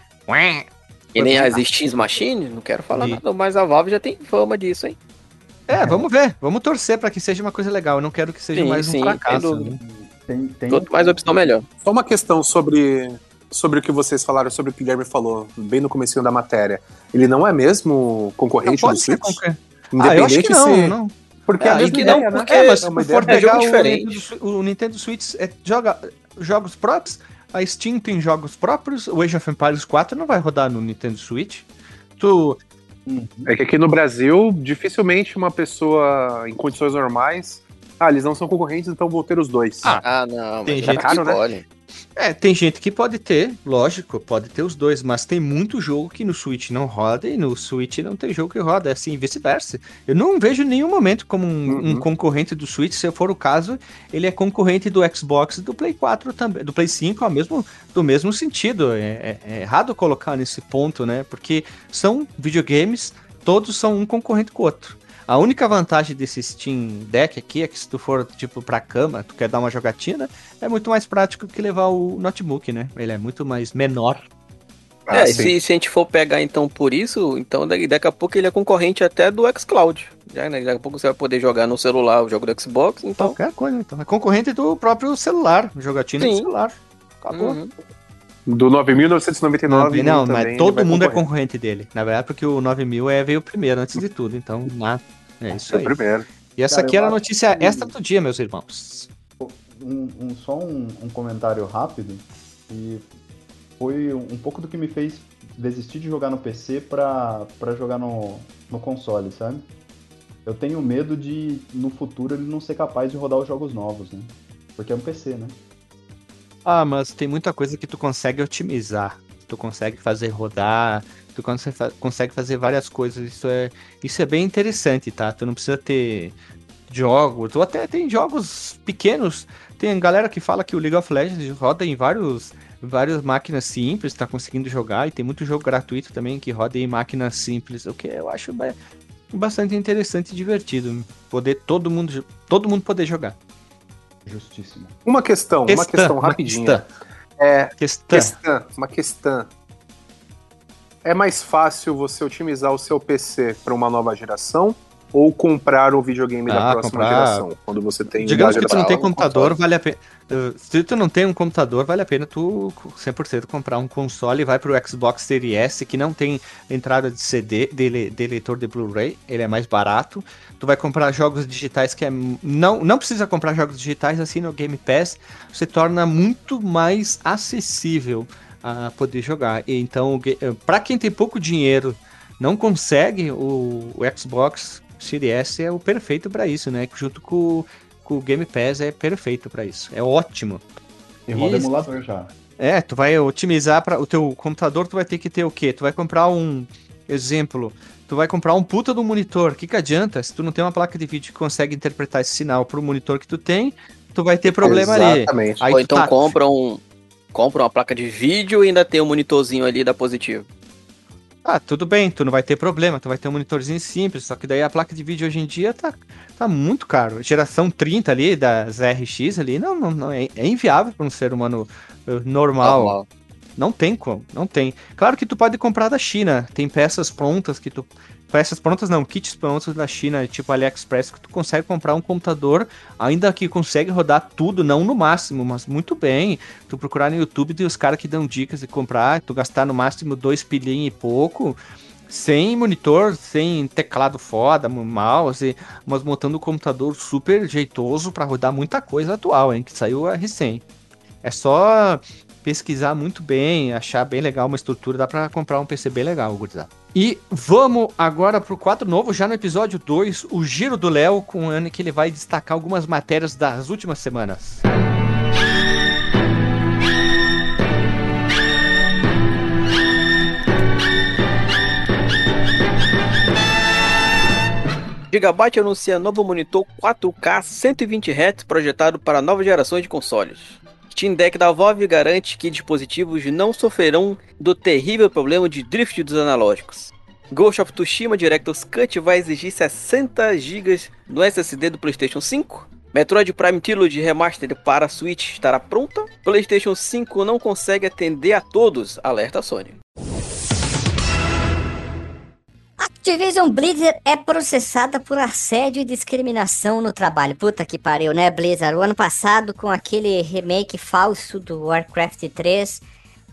E nem as Steam Machines, não quero falar E- nada, mas a Valve já tem fama disso, hein? É, vamos ver, vamos torcer para que seja uma coisa legal. Eu não quero que seja Sim, mais um sim, sem fracasso. dúvida. Né? Tem, tem Quanto mais opção, melhor. Só uma questão sobre, sobre o que vocês falaram, sobre o que o Guilherme falou, bem no comecinho da matéria. Ele não é mesmo Não concorrente do pode ser Switch? qualquer... Ah, eu acho que não, se... não. Porque é Ah, a e mesma que ideia, não, né? porque- É, mas é se uma tu for ideia- é jogo pegar o diferente. Nintendo, Su- o Nintendo Switch, é, joga jogos próprios, a Steam tem jogos próprios, o Age of Empires quatro não vai rodar no Nintendo Switch. Tu, É que aqui no Brasil, dificilmente uma pessoa em condições normais. Ah, eles não são concorrentes, então vou ter os dois. Ah, Ah, não, tem mas gente é que- escolhe. é, tem gente que pode ter, lógico, pode ter os dois, mas tem muito jogo que no Switch não roda e no Switch não tem jogo que roda, é assim, vice-versa. Eu não vejo nenhum momento como um, Uhum. um concorrente do Switch, se for o caso, ele é concorrente do Xbox e do Play quatro também, do Play cinco, ao mesmo, do mesmo sentido. É, é- é errado colocar nesse ponto, né? Porque são videogames, todos são um concorrente com o outro. A única vantagem desse Steam Deck aqui é que se tu for, tipo, pra cama, tu quer dar uma jogatina, é muito mais prático que levar o notebook, né? Ele é muito mais menor. Ah, É, sim. se, se a gente for pegar então por isso, então daqui, daqui a pouco ele é concorrente até do xCloud. Já, né? Daqui a pouco você vai poder jogar no celular o jogo do Xbox, então. Qualquer coisa, então. É concorrente do próprio celular, jogatina de Sim. celular. Acabou. Uhum. Do nove mil novecentos e noventa e nove. Não, também mas ele todo vai mundo é concorrer. concorrente dele. Na verdade, porque o nove mil é, veio primeiro, antes de tudo. Então, na- é isso É o aí. primeiro. E essa Cara, aqui eu era a acho notícia que- extra do dia, meus irmãos. Um, um- só um, um comentário rápido, e foi um pouco do que me fez desistir de jogar no P C pra, pra jogar no, no console, sabe? Eu tenho medo de, no futuro, ele não ser capaz de rodar os jogos novos, né? Porque é um P C, né? Ah, mas tem muita coisa que tu consegue otimizar. Tu consegue fazer rodar, tu consegue, fa- consegue fazer várias coisas. Isso é, isso é bem interessante, tá? Tu não precisa ter jogos, ou até tem jogos pequenos. Tem galera que fala que o League of Legends roda em vários, várias máquinas simples, tá conseguindo jogar, e tem muito jogo gratuito também que roda em máquinas simples, o que eu acho ba- bastante interessante e divertido. Poder todo mundo, todo mundo poder jogar. Justíssimo. Uma questão, uma questão uma rapidinha. questão. É, Questão. questão, uma questão. É mais fácil você otimizar o seu P C para uma nova geração ou comprar um videogame da Ah, próxima comprar- geração? Quando você tem Digamos da que tu não geração tem no computador, console? vale a pena. uh, Se tu não tem um computador, vale a pena tu cem por cento comprar um console e vai pro Xbox Series S, que não tem entrada de C D, de, le- de leitor de Blu-ray, ele é mais barato. Tu vai comprar jogos digitais que é. Não, não precisa comprar jogos digitais assim no Game Pass, se torna muito mais acessível a poder jogar. E então, o ga- uh, pra quem tem pouco dinheiro, não consegue, o, o Xbox Series S é o perfeito pra isso, né? Junto com, com o Game Pass é perfeito pra isso. É ótimo. E roda Isso. emulador já. É, tu vai otimizar para o teu computador, tu vai ter que ter o quê? Tu vai comprar um exemplo, tu vai comprar um puta do monitor. O que que adianta? Se tu não tem uma placa de vídeo que consegue interpretar esse sinal pro monitor que tu tem, tu vai ter problema ali. Exatamente. Aí Ou tu então tá- compra um. Compra uma placa de vídeo e ainda tem um monitorzinho ali da positivo. Ah, tudo bem, tu não vai ter problema, tu vai ter um monitorzinho simples, só que daí a placa de vídeo hoje em dia tá, tá muito caro. Geração trinta ali, das R X ali, não, não, não é, é inviável para um ser humano uh, normal. Normal. Não tem como, não tem. Claro que tu pode comprar da China, tem peças prontas que tu... Peças prontas não, kits prontos da China, tipo AliExpress, que tu consegue comprar um computador, ainda que consegue rodar tudo, não no máximo, mas muito bem. Tu procurar no YouTube, tem os caras que dão dicas de comprar, tu gastar no máximo dois pilinhos e pouco, sem monitor, sem teclado foda, mouse, mas montando um computador super jeitoso para rodar muita coisa atual, hein, que saiu recém. É só pesquisar muito bem, achar bem legal uma estrutura, dá pra comprar um P C bem legal, gurizada. E vamos agora pro quadro novo, já no episódio dois, o Giro do Léo, com o ano que ele vai destacar algumas matérias das últimas semanas. Gigabyte anuncia novo monitor quatro K cento e vinte hertz projetado para novas gerações de consoles. Steam Deck da Valve garante que dispositivos não sofrerão do terrível problema de drift dos analógicos. Ghost of Tsushima Director's Cut vai exigir sessenta gigas no S S D do PlayStation cinco. Metroid Prime Trilogy Remastered para Switch estará pronta. PlayStation cinco não consegue atender a todos, alerta Sony. Activision Blizzard é processada por assédio e discriminação no trabalho. Puta que pariu, né, Blizzard? O ano passado, com aquele remake falso do Warcraft três...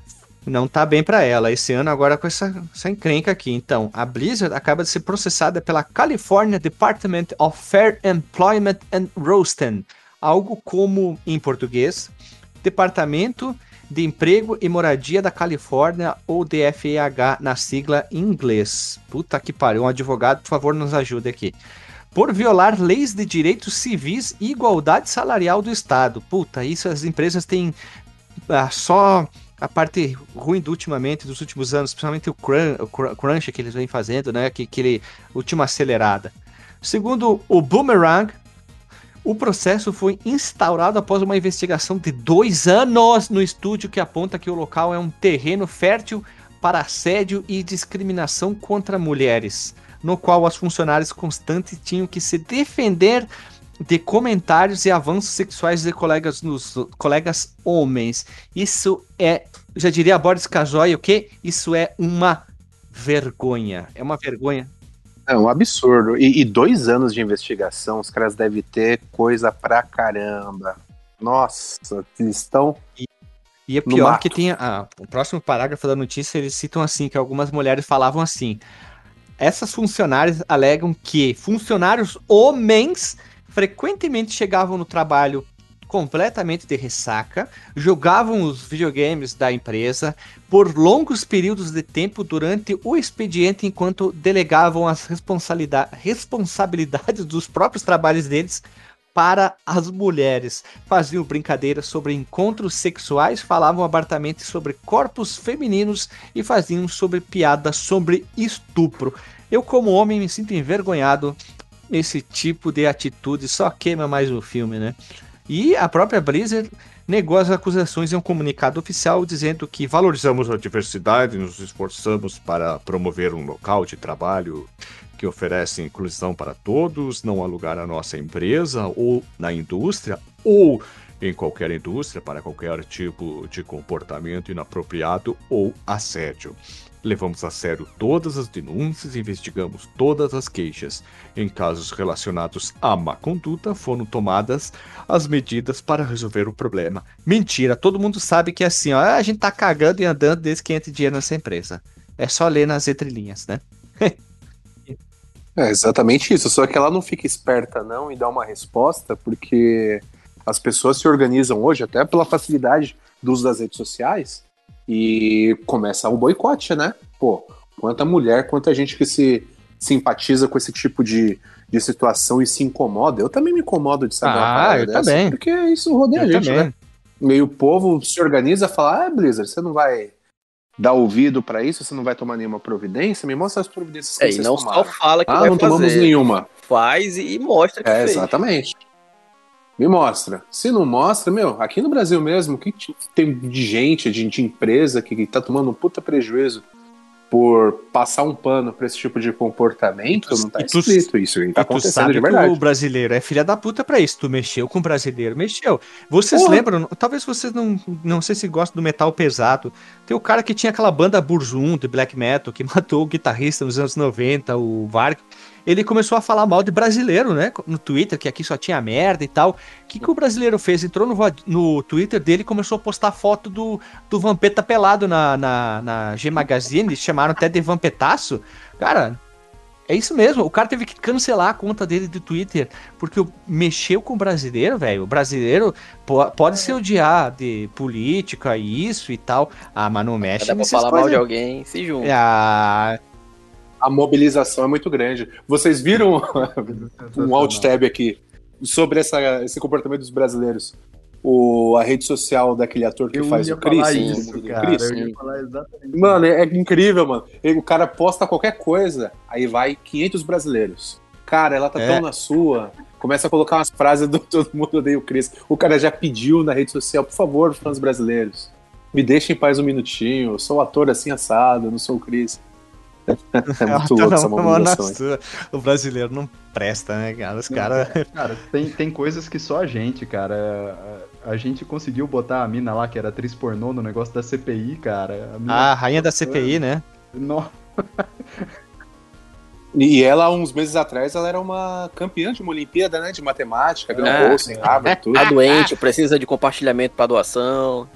Não tá bem pra ela. Esse ano agora com essa, essa encrenca aqui. Então, a Blizzard acaba de ser processada pela California Department of Fair Employment and Roasting. Algo como, em português, Departamento de Emprego e Moradia da Califórnia, ou D F E H na sigla em inglês. Puta que pariu, um advogado, por favor, nos ajude aqui. Por violar leis de direitos civis e igualdade salarial do Estado. Puta, isso as empresas têm ah, só a parte ruim do ultimamente, dos últimos anos, principalmente o crunch, o crunch que eles vêm fazendo, né, que aquele última acelerada. Segundo o Boomerang, o processo foi instaurado após uma investigação de dois anos no estúdio que aponta que o local é um terreno fértil para assédio e discriminação contra mulheres, no qual as funcionárias constantes tinham que se defender de comentários e avanços sexuais de colegas, nos, colegas homens. Isso é, já diria Boris Casoy, o quê? Isso é uma vergonha. É uma vergonha. É um absurdo. E, e dois anos de investigação, os caras devem ter coisa pra caramba. Nossa, eles estão... E, e é pior que tem... Ah, o próximo parágrafo da notícia, eles citam assim, que algumas mulheres falavam assim: essas funcionárias alegam que funcionários homens frequentemente chegavam no trabalho completamente de ressaca, jogavam os videogames da empresa por longos períodos de tempo durante o expediente, enquanto delegavam as responsabilidade, responsabilidades dos próprios trabalhos deles para as mulheres. Faziam brincadeiras sobre encontros sexuais, falavam abertamente sobre corpos femininos e faziam sobre piadas sobre estupro. Eu, como homem, me sinto envergonhado. Esse tipo de atitude só queima mais o filme, né? E a própria Blizzard negou as acusações em um comunicado oficial, dizendo que valorizamos a diversidade e nos esforçamos para promover um local de trabalho que oferece inclusão para todos, não há lugar na nossa empresa ou na indústria ou em qualquer indústria para qualquer tipo de comportamento inapropriado ou assédio. Levamos a sério todas as denúncias e investigamos todas as queixas. Em casos relacionados à má conduta, foram tomadas as medidas para resolver o problema. Mentira, todo mundo sabe que é assim, ó, a gente tá cagando e andando desde que entra dinheiro nessa empresa. É só ler nas entrelinhas, né? É exatamente isso, só que ela não fica esperta não e dá uma resposta, porque as pessoas se organizam hoje, até pela facilidade do uso das redes sociais, e começa o boicote, né? Pô, quanta mulher, quanta gente que se simpatiza com esse tipo de, de situação e se incomoda. Eu também me incomodo de saber ah, uma parada eu dessa, também. porque isso rodeia eu a gente, também. né? E o povo se organiza e fala, ah, Blizzard, você não vai dar ouvido pra isso, você não vai tomar nenhuma providência? Me mostra as providências que É, e vocês não tomaram. só fala que ah, vai não fazer. tomamos nenhuma. Faz e mostra que É, fez. exatamente. Me mostra. Se não mostra, meu, aqui no Brasil mesmo, o que tem de gente, de, de empresa que, que tá tomando um puta prejuízo por passar um pano pra esse tipo de comportamento, não tá E tu- escrito isso, hein? Tá E tu acontecendo sabe de que verdade. o brasileiro é filha da puta pra isso. Tu mexeu com o brasileiro, mexeu. Vocês Porra. lembram, talvez vocês não, não sei se gostam do metal pesado. Tem o cara que tinha aquela banda Burzum de black metal, que matou o guitarrista nos anos noventa, o Varg. Ele começou a falar mal de brasileiro, né? No Twitter, que aqui só tinha merda e tal. O que, que o brasileiro fez? Entrou no, vo- no Twitter dele e começou a postar foto do, do Vampeta pelado na, na, na G Magazine. Eles chamaram até de Vampetaço. Cara, é isso mesmo. O cara teve que cancelar a conta dele do Twitter porque o- mexeu com o brasileiro, velho. O brasileiro po- pode se odiar de política e isso e tal. Ah, mas não mexe Dá pra nessas falar mal coisas. de alguém, se junta. Ah, A mobilização é muito grande. Vocês viram um alt tab aqui sobre essa, esse comportamento dos brasileiros? O, a rede social daquele ator que Eu faz ia o Chris? falar sim, isso, do cara. Chris. Eu ia falar exatamente Mano, é, é incrível, mano. Ele- o cara posta qualquer coisa, aí vai quinhentos brasileiros. Cara, ela tá É. tão na sua. Começa a colocar umas frases do todo mundo odeia o Chris. O cara já pediu na rede social, por favor, fãs brasileiros, me deixem em paz um minutinho. Eu sou o ator assim assado, eu não sou o Chris. É muito louco essa não, mobilização. hein? nossa, o brasileiro não presta, né, cara? Os caras. Cara, tem, tem coisas que só a gente, cara. A, a gente conseguiu botar a mina lá, que era atriz pornô, no negócio da C P I, cara. A mina- A rainha da C P I, né? No- E ela, uns meses atrás, ela era uma campeã de uma Olimpíada, né? De matemática, ganhou Ah. bolsa em Harvard, tudo. Tá doente, precisa de compartilhamento pra doação.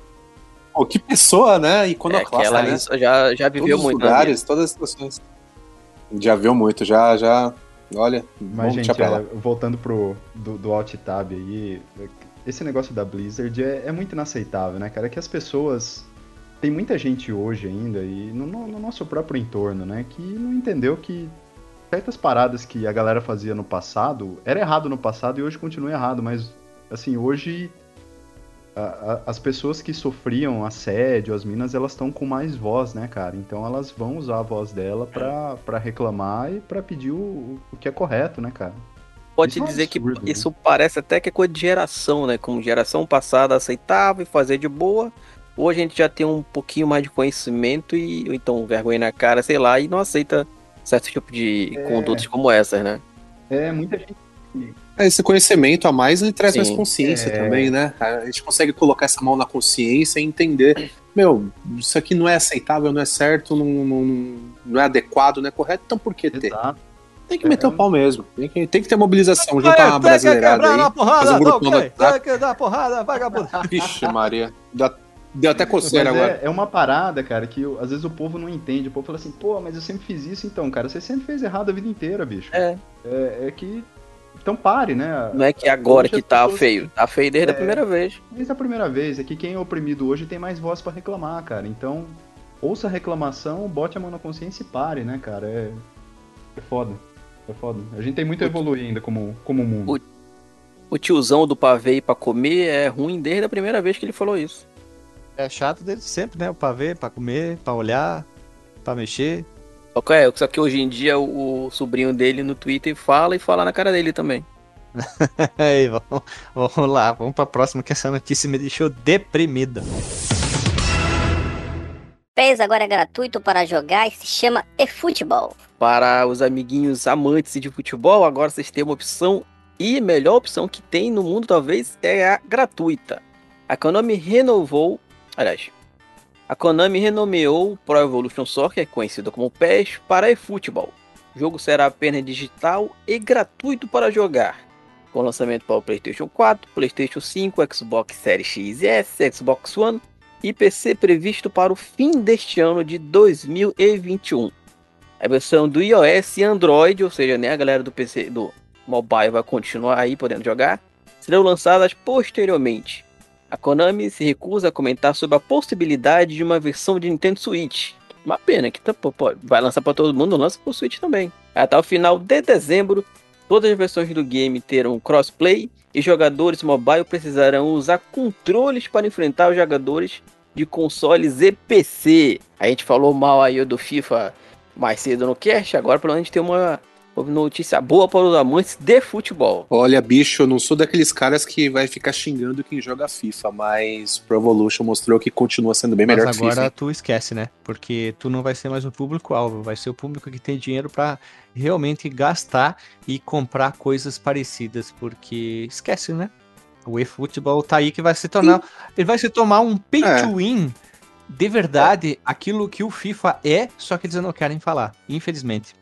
Pô, que pessoa, né? É, que Iconoclasta, ela né? isso já, já viveu Todos os muito na lugares, todas as situações. Já viu muito, já, já. Olha, Mas, vamos gente, deixar pra lá. é, voltando pro do, do Alt Tab aí, esse negócio da Blizzard é, é muito inaceitável, né, cara? Que as pessoas. Tem muita gente hoje ainda, e no, no- no nosso próprio entorno, né, que não entendeu que certas paradas que a galera fazia no passado era errado no passado e hoje continua errado, mas assim, hoje a- a- as pessoas que sofriam assédio, as minas, elas estão com mais voz, né, cara? Então elas vão usar a voz dela pra, pra reclamar e pra pedir o, o que é correto, né, cara? Pode Isso é um dizer que absurdo, né? isso parece até que é coisa de geração, né? Como geração passada aceitava e fazia de boa. Hoje a gente já tem um pouquinho mais de conhecimento e ou então vergonha na cara, sei lá, e não aceita certo tipo de condutas como essas, né? É, muita gente. É, esse conhecimento a mais, ele traz Sim. mais consciência É. também, né? A gente consegue colocar essa mão na consciência e entender, meu, isso aqui não é aceitável, não é certo, não, não, não é adequado, não é correto, então por que ter? Exato. Tem que meter o pau mesmo. Tem que, tem que ter mobilização, juntar Vai, uma brasileirada quebrar aí. na porrada, fazer um tá grupão no ok? WhatsApp. Tem que dar porrada, vagabundo. Vixe, Maria. Dá- Deu até coceira Mas agora. é, é uma parada, cara, que o- às vezes o povo não entende. O povo fala assim, pô, mas eu sempre fiz isso, então, cara, você sempre fez errado a vida inteira, bicho. É. É, é que. Então pare, né? Não é que agora Hoje que as tá pessoas- feio. Tá feio desde É. a primeira vez. Desde a primeira vez, é que quem é oprimido hoje tem mais voz pra reclamar, cara. Então, ouça a reclamação, bote a mão na consciência e pare, né, cara? É, é foda. É foda. A gente tem muito a evoluir ainda como, como mundo. O tiozão do pavê ir pra comer é ruim desde a primeira vez que ele falou isso. É chato desde sempre, né? Pra ver, pra comer, pra olhar, pra mexer. Só que, é, só que hoje em dia o, o sobrinho dele no Twitter fala e fala na cara dele também. Aí, vamos, vamos lá, vamos pra próxima, que essa notícia me deixou deprimida. PES agora é gratuito para jogar e se chama eFootball. Para os amiguinhos amantes de futebol, agora vocês têm uma opção e a melhor opção que tem no mundo talvez é a gratuita. A Konami renovou, aliás, a Konami renomeou o Pro Evolution Soccer, conhecido como PES, para eFootball. O jogo será apenas digital e gratuito para jogar, com lançamento para o PlayStation quatro, PlayStation cinco, Xbox Series X e S, Xbox One e P C previsto para o fim deste ano de dois mil e vinte e um. A versão do iOS e Android, ou seja, né, a galera do P C do mobile vai continuar aí podendo jogar, serão lançadas posteriormente. A Konami se recusa a comentar sobre a possibilidade de uma versão de Nintendo Switch. Uma pena que tá, pô, pô, vai lançar para todo mundo, lança para o Switch também. Até o final de dezembro, todas as versões do game terão crossplay e jogadores mobile precisarão usar controles para enfrentar os jogadores de consoles e P C. A gente falou mal aí do FIFA mais cedo no cast, agora pelo menos a gente tem uma notícia boa para os amantes de futebol. Olha, bicho, eu não sou daqueles caras que vai ficar xingando quem joga FIFA, mas Pro Evolution mostrou que continua sendo bem melhor Mas que FIFA. agora tu esquece, né? Porque tu não vai ser mais o público-alvo, vai ser o público que tem dinheiro pra realmente gastar e comprar coisas parecidas, porque esquece, né? O eFootball tá aí que vai se tornar, ele vai se tornar um pay É. to win de verdade, aquilo que o FIFA é, só que eles não querem falar, infelizmente.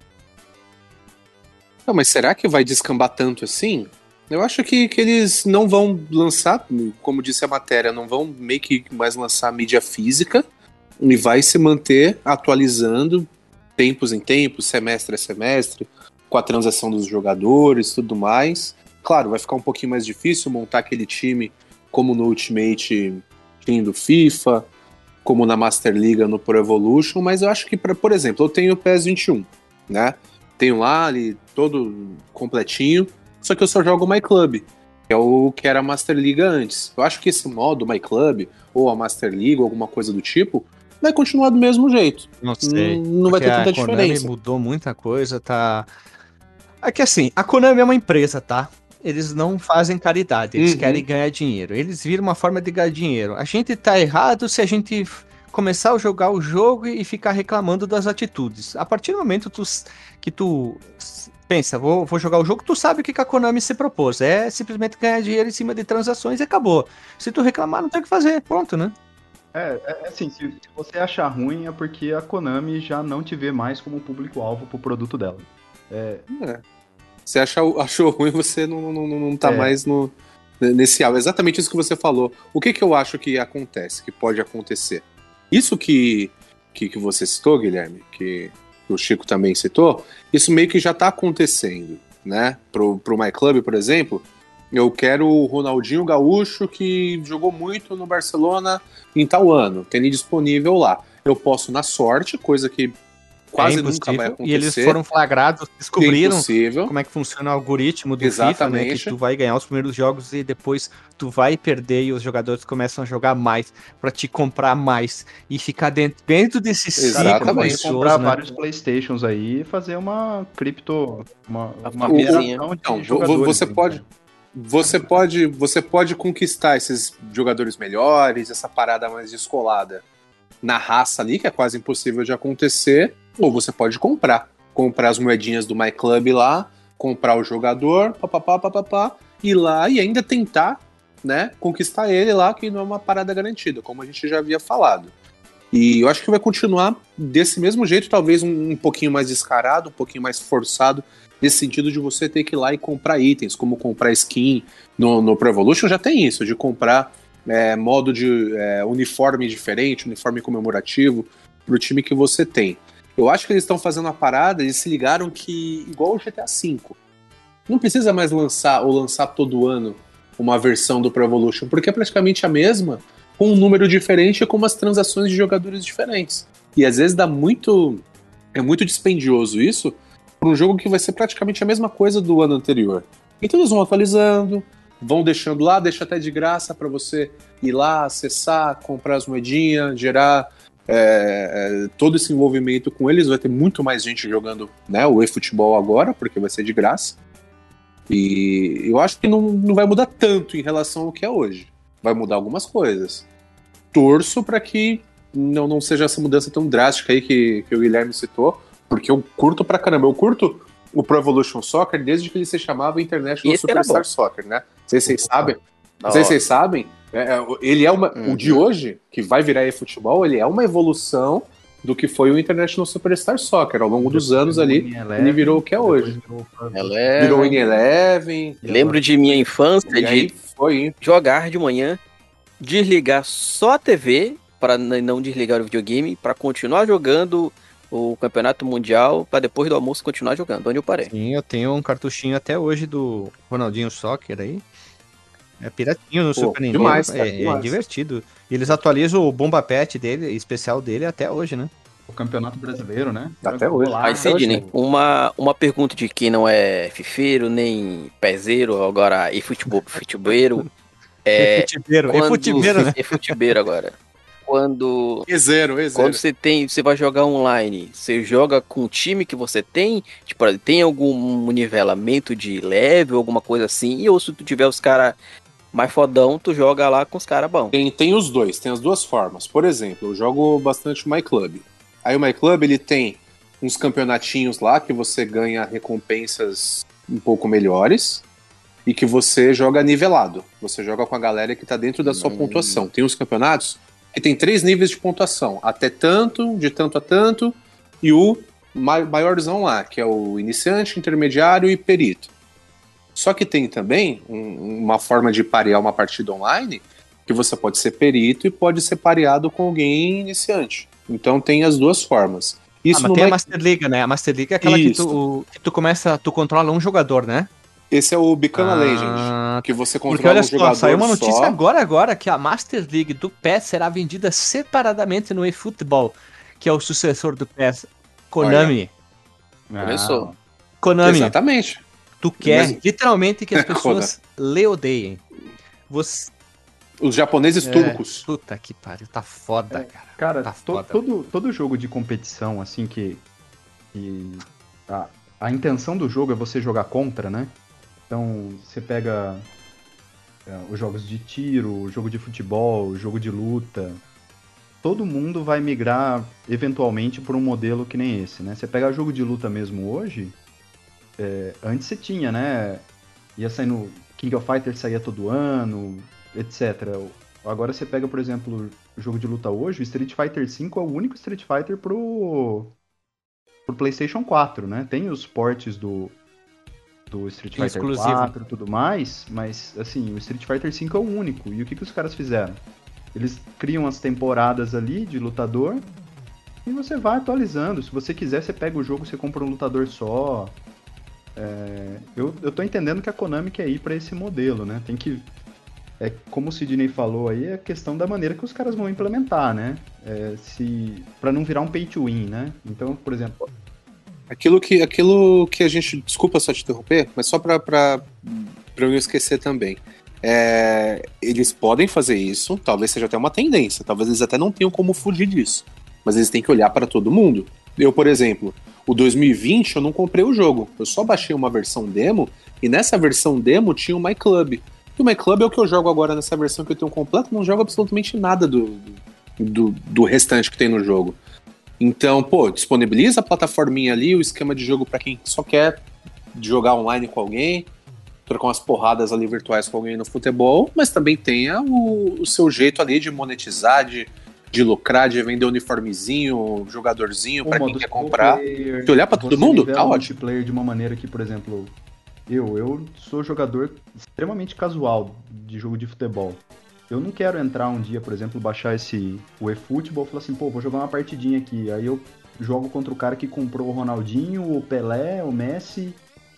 Não, mas será que vai descambar tanto assim? Eu acho que, que eles não vão lançar, como disse a matéria, não vão meio que mais lançar mídia física e vai se manter atualizando tempos em tempos, semestre a semestre, com a transação dos jogadores e tudo mais. Claro, vai ficar um pouquinho mais difícil montar aquele time como no Ultimate Team do FIFA, como na Master League no Pro Evolution, mas eu acho que, pra, por exemplo, eu tenho o P E S vinte e um, né? Tenho lá ali todo completinho, só que eu só jogo o My Club, que é o que era a Master League antes. Eu acho que esse modo, My Club, ou a Master League, ou alguma coisa do tipo, vai continuar do mesmo jeito. Não sei. Não, não vai ter tanta a Konami diferença. mudou muita coisa, tá... É que assim, a Konami é uma empresa, tá? Eles não fazem caridade, eles Uhum. querem ganhar dinheiro. Eles viram uma forma de ganhar dinheiro. A gente tá errado se a gente f- começar a jogar o jogo e ficar reclamando das atitudes. A partir do momento tu s- que tu s- pensa, vou, vou jogar o jogo, tu sabe o que que a Konami se propôs. É simplesmente ganhar dinheiro em cima de transações e acabou. Se tu reclamar, não tem o que fazer. Pronto, né? É, é assim, se, se você achar ruim é porque a Konami já não te vê mais como público-alvo pro produto dela. É, É. Você acha, achou ruim, você não, não, não, não tá É. mais no, nesse alvo. Exatamente isso que você falou. O que, que eu acho que acontece, que pode acontecer? Isso que, que, que você citou, Guilherme, que, que o Chico também citou, isso meio que já tá acontecendo, né? Pro, pro My Club, por exemplo, eu quero o Ronaldinho Gaúcho que jogou muito no Barcelona em tal ano, tem ele disponível lá. Eu posso, na sorte, coisa que quase É nunca vai impossível. acontecer. E eles foram flagrados, é descobriram impossível. como é que funciona o algoritmo do FIFA, né? Exatamente. Que tu vai ganhar os primeiros jogos e depois tu vai perder e os jogadores começam a jogar mais pra te comprar mais e ficar dentro, dentro desse ciclo Exatamente. Você comprar vicioso, né? vários Playstations aí e fazer uma cripto, uma, uma O- mineração de Então, vo- jogadores. você né? pode, você pode, você pode conquistar esses jogadores melhores, essa parada mais descolada na raça ali, que é quase impossível de acontecer, ou você pode comprar, comprar as moedinhas do My Club lá, comprar o jogador, papapá, papapá, ir lá e ainda tentar, né, conquistar ele lá, que não é uma parada garantida, como a gente já havia falado. E eu acho que vai continuar desse mesmo jeito, talvez um, um pouquinho mais descarado, um pouquinho mais forçado, nesse sentido de você ter que ir lá e comprar itens, como comprar skin no, no Pro Evolution, já tem isso, de comprar é, modo de é, uniforme diferente, uniforme comemorativo, pro time que você tem. Eu acho que eles estão fazendo uma parada, eles se ligaram que, igual o G T A cinco, não precisa mais lançar ou lançar todo ano uma versão do Pro Evolution, porque é praticamente a mesma, com um número diferente e com umas transações de jogadores diferentes. E às vezes dá muito. É muito dispendioso isso para um jogo que vai ser praticamente a mesma coisa do ano anterior. Então eles vão atualizando, vão deixando lá, deixa até de graça para você ir lá, acessar, comprar as moedinhas, gerar é, é, todo esse envolvimento com eles. Vai ter muito mais gente jogando, né, o eFootball agora, porque vai ser de graça. E eu acho que não, não vai mudar tanto em relação ao que é hoje. Vai mudar algumas coisas. Torço para que não, não seja essa mudança tão drástica aí que, que o Guilherme citou, porque eu curto pra caramba. Eu curto o Pro Evolution Soccer desde que ele se chamava International Esse era Superstar bom. Soccer, né? Não sei se vocês sabem. Da Não sei se hora. vocês sabem. é, é, ele é uma, Uhum. o de hoje, que vai virar eFootball, ele é uma evolução do que foi o International Superstar Soccer. Ao longo dos anos ali, ele virou o que é hoje. Ela é- Virou o In Eleven. Lembro de minha infância E aí de foi indo. jogar de manhã, desligar só a T V para não desligar o videogame, para continuar jogando o Campeonato Mundial, para depois do almoço continuar jogando, onde eu parei. Sim, eu tenho um cartuchinho até hoje do Ronaldinho Soccer aí. É piratinho no Pô, Super Nintendo. demais, cara, é, é demais. divertido. E eles atualizam o Bomba Pet dele, especial dele, até hoje, né? O Campeonato Brasileiro, né? Até hoje. Lá, Aí, Sidney, hoje. uma, uma pergunta de quem não é fifeiro, nem pezeiro, agora e futebol, futebeiro. É É, futibeiro, é quando- futibeiro, né? É futebeiro agora. quando... E zero, e zero. Quando você tem, você vai jogar online, você joga com o time que você tem? Tipo, tem algum nivelamento de level, alguma coisa assim? Ou se tu tiver os caras mais fodão, tu joga lá com os caras bons? Tem, tem os dois, tem as duas formas. Por exemplo, eu jogo bastante o My Club. Aí o My Club, ele tem uns campeonatinhos lá que você ganha recompensas um pouco melhores e que você joga nivelado. Você joga com a galera que tá dentro da sua Hum. pontuação. Tem uns campeonatos que tem três níveis de pontuação. Até tanto, de tanto a tanto, e o ma- maiorzão lá, que é o iniciante, intermediário e perito. Só que tem também um- uma forma de parear uma partida online que você pode ser perito e pode ser pareado com alguém iniciante. Então tem as duas formas. Isso ah, mas no tem a My- Master League, né? A Master League é aquela que tu, que tu começa, tu controla um jogador, né? Esse é o Become a Ah, Legend, que você Porque controla olha um só, jogador saiu uma notícia só. agora, agora, que a Master League do P E S será vendida separadamente no eFootball, que é o sucessor do P E S. Konami. Começou. Ah, Konami, Exatamente. tu quer Mas- literalmente que as pessoas lhe odeiem. Você... Os japoneses É, turcos. Puta que pariu, tá foda, É, cara. Cara, Tá to- foda. todo, todo jogo de competição, assim, que, que a, a intenção do jogo é você jogar contra, né? Então, você pega é, os jogos de tiro, o jogo de futebol, o jogo de luta. Todo mundo vai migrar, eventualmente, por um modelo que nem esse, né? Você pega jogo de luta mesmo hoje, é, antes você tinha, né? Ia sair no King of Fighters, saía todo ano, etcétera. Agora você pega, por exemplo, o jogo de luta hoje, o Street Fighter cinco é o único Street Fighter pro, pro PlayStation quatro, né? Tem os ports do, do Street Fighter Exclusivo. quatro e tudo mais, mas, assim, o Street Fighter cinco é o único. E o que, que os caras fizeram? Eles criam as temporadas ali de lutador e você vai atualizando. Se você quiser, você pega o jogo, você compra um lutador só. É, eu, eu tô entendendo que a Konami quer ir pra esse modelo, né? Tem que... É, como o Sidney falou aí, é a questão da maneira que os caras vão implementar, né? É, se, pra não virar um pay to win, né? Então, por exemplo... Aquilo que, aquilo que a gente... Desculpa só te interromper, mas só pra, pra, pra eu não esquecer também. É, eles podem fazer isso, talvez seja até uma tendência, talvez eles até não tenham como fugir disso, mas eles têm que olhar para todo mundo. Eu, por exemplo, o dois mil e vinte eu não comprei o jogo, eu só baixei uma versão demo, e nessa versão demo tinha o My Club. E o My Club é o que eu jogo agora nessa versão que eu tenho completo, não jogo absolutamente nada do, do, do restante que tem no jogo. Então, pô, disponibiliza a plataforminha ali, o esquema de jogo para quem só quer jogar online com alguém, trocar umas porradas ali virtuais com alguém no futebol, mas também tenha o, o seu jeito ali de monetizar, de, de lucrar, de vender uniformezinho, jogadorzinho para quem quer comprar. Se olhar pra todo mundo, tá ótimo. Multiplayer de uma maneira que, por exemplo, eu, eu sou jogador extremamente casual de jogo de futebol. Eu não quero entrar um dia, por exemplo, baixar esse o eFootball e falar assim, pô, vou jogar uma partidinha aqui. Aí eu jogo contra o cara que comprou o Ronaldinho, o Pelé, o Messi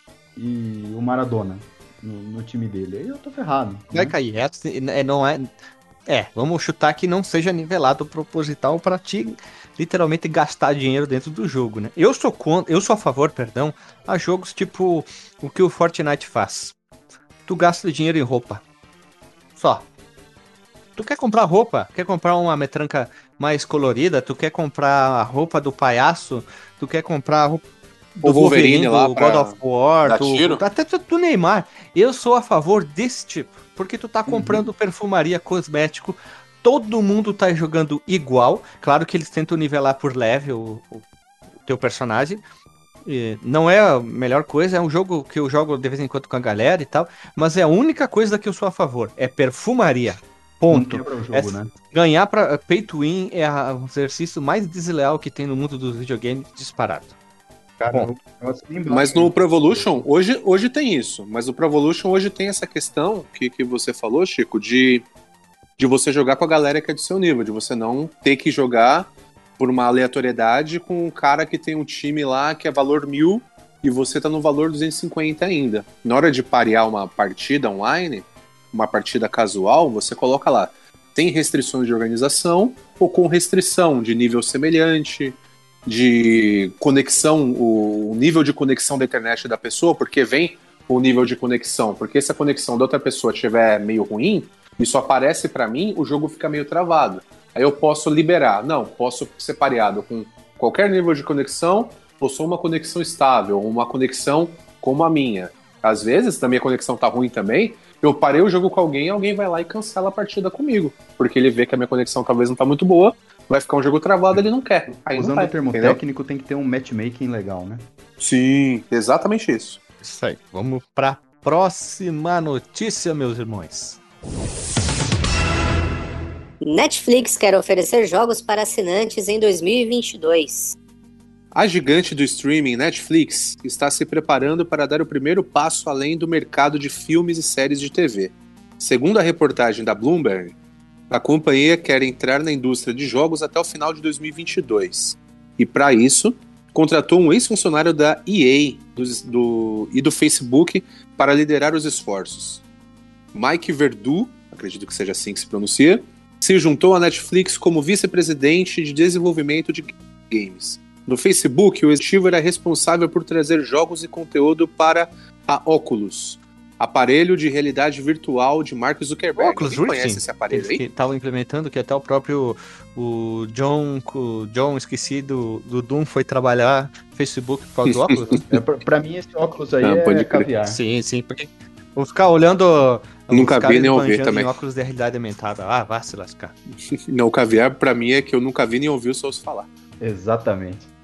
e o Maradona no, no time dele. Aí eu tô ferrado. Vai né? cair. É, é, não é. É, vamos chutar que não seja nivelado proposital pra te literalmente gastar dinheiro dentro do jogo, né? Eu sou contra, eu sou a favor, perdão, a jogos tipo o que o Fortnite faz. Tu gasta dinheiro em roupa. Só. Tu quer comprar roupa? Quer comprar uma metranca mais colorida? Tu quer comprar a roupa do palhaço? Tu quer comprar a roupa do O Wolverine lá do pra God of War, dar do, tiro? até do, do Neymar. Eu sou a favor desse tipo, porque tu tá comprando perfumaria, cosmético, todo mundo tá jogando igual. Claro que eles tentam nivelar por level o, o teu personagem. E não é a melhor coisa, é um jogo que eu jogo de vez em quando com a galera e tal, mas é a única coisa que eu sou a favor, é perfumaria. Ponto. Não quebra o jogo, É- né? Ganhar pra pay to win é a- o exercício mais desleal que tem no mundo dos videogames disparado. Cara, Bom, eu- eu assino embaixo. Mas no Pro Evolution, hoje, hoje tem isso. Mas no Pro Evolution hoje tem essa questão que, que você falou, Chico, de, de você jogar com a galera que é do seu nível, de você não ter que jogar por uma aleatoriedade com um cara que tem um time lá que é valor mil e você tá no valor duzentos e cinquenta ainda. Na hora de parear uma partida online, uma partida casual, você coloca lá, tem restrições de organização ou com restrição de nível semelhante, de conexão, o nível de conexão da internet da pessoa, porque vem o nível de conexão, porque se a conexão da outra pessoa estiver meio ruim, isso aparece pra mim, o jogo fica meio travado. Aí eu posso liberar. Não, posso ser pareado com qualquer nível de conexão, ou só uma conexão estável, ou uma conexão como a minha. Às vezes, se a minha conexão tá ruim também, eu parei o jogo com alguém e alguém vai lá e cancela a partida comigo. Porque ele vê que a minha conexão talvez não tá muito boa, vai ficar um jogo travado, ele não quer. Aí Usando não vai, o termo entendeu? técnico, tem que ter um matchmaking legal, né? Sim, exatamente isso. Isso aí. Vamos pra próxima notícia, meus irmãos. Netflix quer oferecer jogos para assinantes em dois mil e vinte e dois. A gigante do streaming Netflix está se preparando para dar o primeiro passo além do mercado de filmes e séries de T V. Segundo a reportagem da Bloomberg, a companhia quer entrar na indústria de jogos até o final de dois mil e vinte e dois. E para isso, contratou um ex-funcionário da E A do, do, e do Facebook para liderar os esforços. Mike Verdu, acredito que seja assim que se pronuncia, se juntou à Netflix como vice-presidente de desenvolvimento de games. No Facebook, o executivo era responsável por trazer jogos e conteúdo para a Oculus, aparelho de realidade virtual de Mark Zuckerberg. Oculus Quem Rift, conhece esse aparelho aí? que estavam implementando, que até o próprio o John, o John esqueci do, do Doom, foi trabalhar no Facebook por causa do óculos. É, pra, pra mim, esse óculos aí Não, pode é crer. caviar. Sim, sim, porque vou ficar olhando Nunca os caras vi nem ouvi esbanjando também. em óculos de realidade aumentada. Ah, vá se lascar. Não, o caviar pra mim é que eu nunca vi nem ouvi, só ouço falar. Exatamente.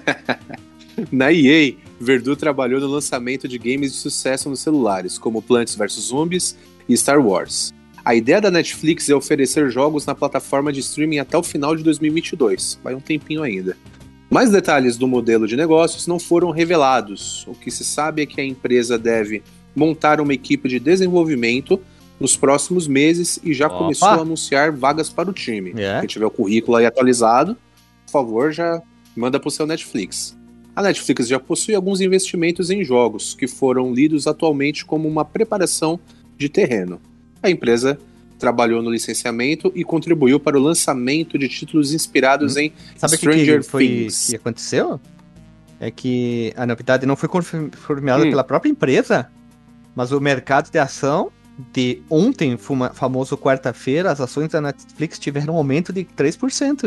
Na E A, Verdu trabalhou no lançamento de games de sucesso nos celulares, como Plants versus. Zombies e Star Wars. A ideia da Netflix é oferecer jogos na plataforma de streaming até o final de dois mil e vinte e dois. Vai um tempinho ainda. Mais detalhes do modelo de negócios não foram revelados. O que se sabe é que a empresa deve montar uma equipe de desenvolvimento nos próximos meses e já Opa! começou a anunciar vagas para o time. É? Quem tiver o currículo aí atualizado, por favor, já manda para o seu Netflix. A Netflix já possui alguns investimentos em jogos, que foram lidos atualmente como uma preparação de terreno. A empresa trabalhou no licenciamento e contribuiu para o lançamento de títulos inspirados hum. em Sabe o que, Stranger que, foi, Things. que aconteceu? É que a novidade não foi confirmada hum. pela própria empresa, mas o mercado de ação de ontem, famoso quarta-feira, as ações da Netflix tiveram um aumento de três por cento.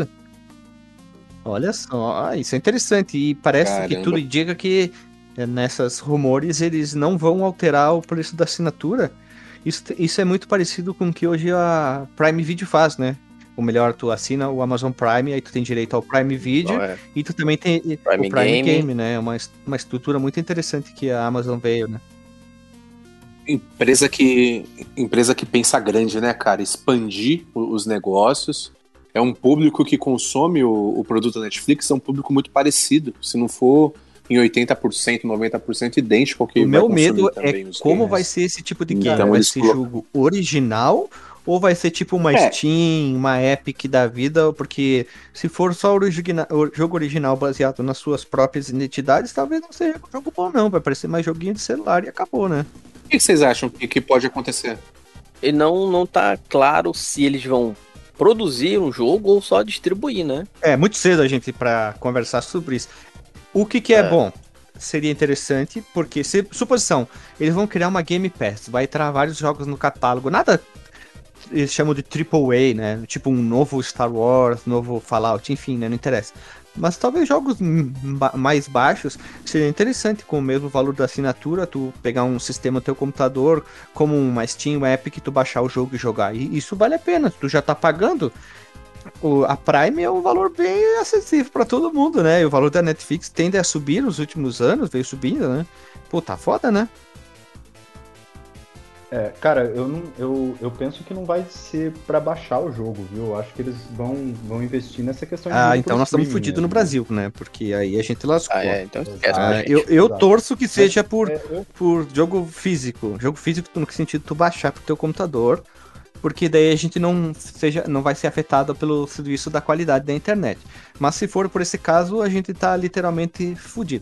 Olha só, isso é interessante. E parece Caramba. que tudo indica que nessas rumores eles não vão alterar o preço da assinatura. Isso, isso é muito parecido com o que hoje a Prime Video faz, né? Ou melhor, tu assina o Amazon Prime, aí tu tem direito ao Prime Video oh, é. e tu também tem Prime o Prime Game, Game né? Uma, uma estrutura muito interessante que a Amazon veio, né? Empresa que, empresa que pensa grande, né, cara? Expandir os negócios. É um público que consome o, o produto da Netflix, é um público muito parecido. Se não for em oitenta por cento, noventa por cento idêntico ao que o vai meu medo também é os como games. Vai ser esse tipo de game. Então, vai eles ser colocam... jogo original ou vai ser tipo uma é. Steam, uma Epic da vida? Porque se for só o, origina... o jogo original baseado nas suas próprias identidades, talvez não seja um jogo bom não. Vai parecer mais joguinho de celular e acabou, né? O que vocês acham que, que pode acontecer? E não, não tá claro se eles vão produzir um jogo ou só distribuir, né? É, muito cedo a gente pra conversar sobre isso. O que que é, é. bom? Seria interessante, porque, se, suposição, eles vão criar uma Game Pass, vai entrar vários jogos no catálogo, nada eles chamam de triple A, né? Tipo um novo Star Wars, novo Fallout, enfim, né? Não interessa. Mas talvez jogos mais baixos seria interessante, com o mesmo valor da assinatura, tu pegar um sistema no teu computador, como uma Steam, uma Epic, tu baixar o jogo e jogar. E isso vale a pena, tu já tá pagando. O, a Prime é um valor bem acessível para todo mundo, né? E o valor da Netflix tende a subir nos últimos anos, veio subindo, né? Pô, tá foda, né? É, cara, eu, não, eu, eu penso que não vai ser pra baixar o jogo, viu? Eu acho que eles vão, vão investir nessa questão de Ah, então nós estamos fodidos no Brasil, né? Porque aí a gente lascou. Ah, é, então esquece, ah, eu, eu torço que seja por, é, eu... por jogo físico. Jogo físico no sentido de tu baixar pro teu computador, porque daí a gente não, seja, não vai ser afetado pelo serviço da qualidade da internet. Mas se for por esse caso, a gente tá literalmente fudido.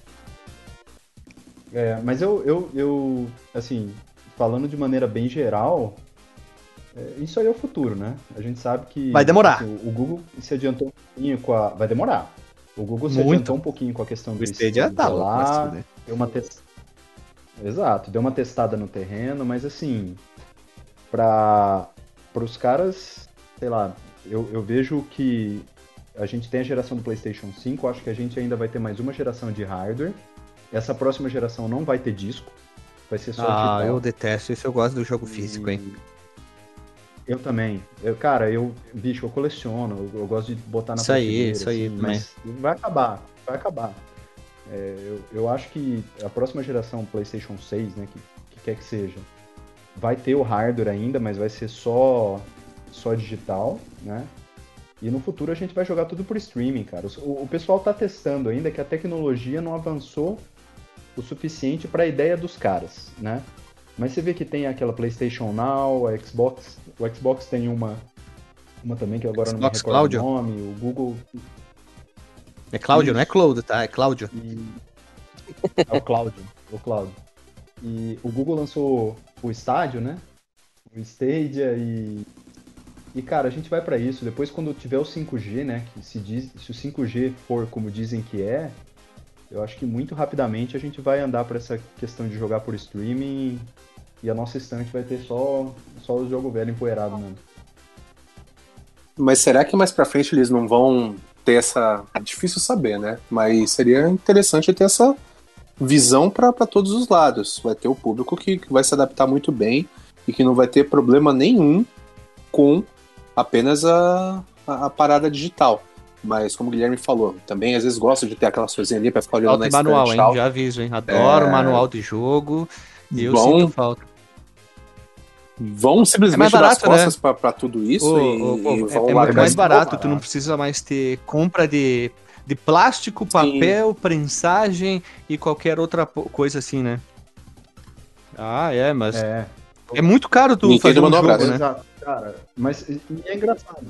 É, mas eu, eu, eu assim... Falando de maneira bem geral, é, isso aí é o futuro, né? A gente sabe que... Vai demorar. Assim, o Google se adiantou um pouquinho com a... Vai demorar. O Google se Muito. adiantou um pouquinho com a questão do... O Stadia tá lá, deu uma test... Exato, deu uma testada no terreno, mas assim, para os caras, sei lá, eu, eu vejo que a gente tem a geração do PlayStation cinco, acho que a gente ainda vai ter mais uma geração de hardware. Essa próxima geração não vai ter disco, vai ser só Ah, digital. eu detesto isso, eu gosto do jogo físico, hein? Eu também. Eu, cara, eu, bicho, eu coleciono, eu, eu gosto de botar na Isso aí, prateleira, isso aí assim, também. mas vai acabar, vai acabar. É, eu, eu acho que a próxima geração PlayStation seis, né, que, que quer que seja, vai ter o hardware ainda, mas vai ser só, só digital, né? E no futuro a gente vai jogar tudo por streaming, cara. O, o pessoal tá testando ainda que a tecnologia não avançou o suficiente para a ideia dos caras, né? Mas você vê que tem aquela PlayStation Now, a Xbox, o Xbox tem uma, uma também que eu agora Xbox não me recordo Cláudio? o nome, o Google É Cláudio, não é Isso. Cloud, tá? É Cláudio. e é o Cláudio, o Cláudio. E o Google lançou o Stadia, né? O Stadia e e cara, a gente vai para isso. Depois quando tiver o cinco G, né, que se diz, se o cinco G for como dizem que é, eu acho que muito rapidamente a gente vai andar para essa questão de jogar por streaming e a nossa estante vai ter só só o jogo velho empoeirado mesmo. Mas será que mais pra frente eles não vão ter essa... É difícil saber, né? Mas seria interessante ter essa visão pra pra todos os lados. Vai ter o público que, que vai se adaptar muito bem e que não vai ter problema nenhum com apenas a, a, a parada digital. Mas como o Guilherme falou, também às vezes gosta de ter aquelas coisinhas ali pra ficar olhando Falta na e manual, estante e hein? tal. Já aviso, hein? Adoro É. manual de jogo. E eu Vão- sinto falta. Vão simplesmente É mais dar as barato, costas pra, pra tudo isso Ô, e, ô, pô, e é, vão é muito largar mais isso de barato, novo. tu não precisa mais ter compra de, de plástico, papel, prensagem e qualquer outra po- coisa assim, né? Ah, é, mas é, É, muito caro tu Nintendo fazer um mandou um jogo, abraço. né? exato, cara. Mas e, e é engraçado.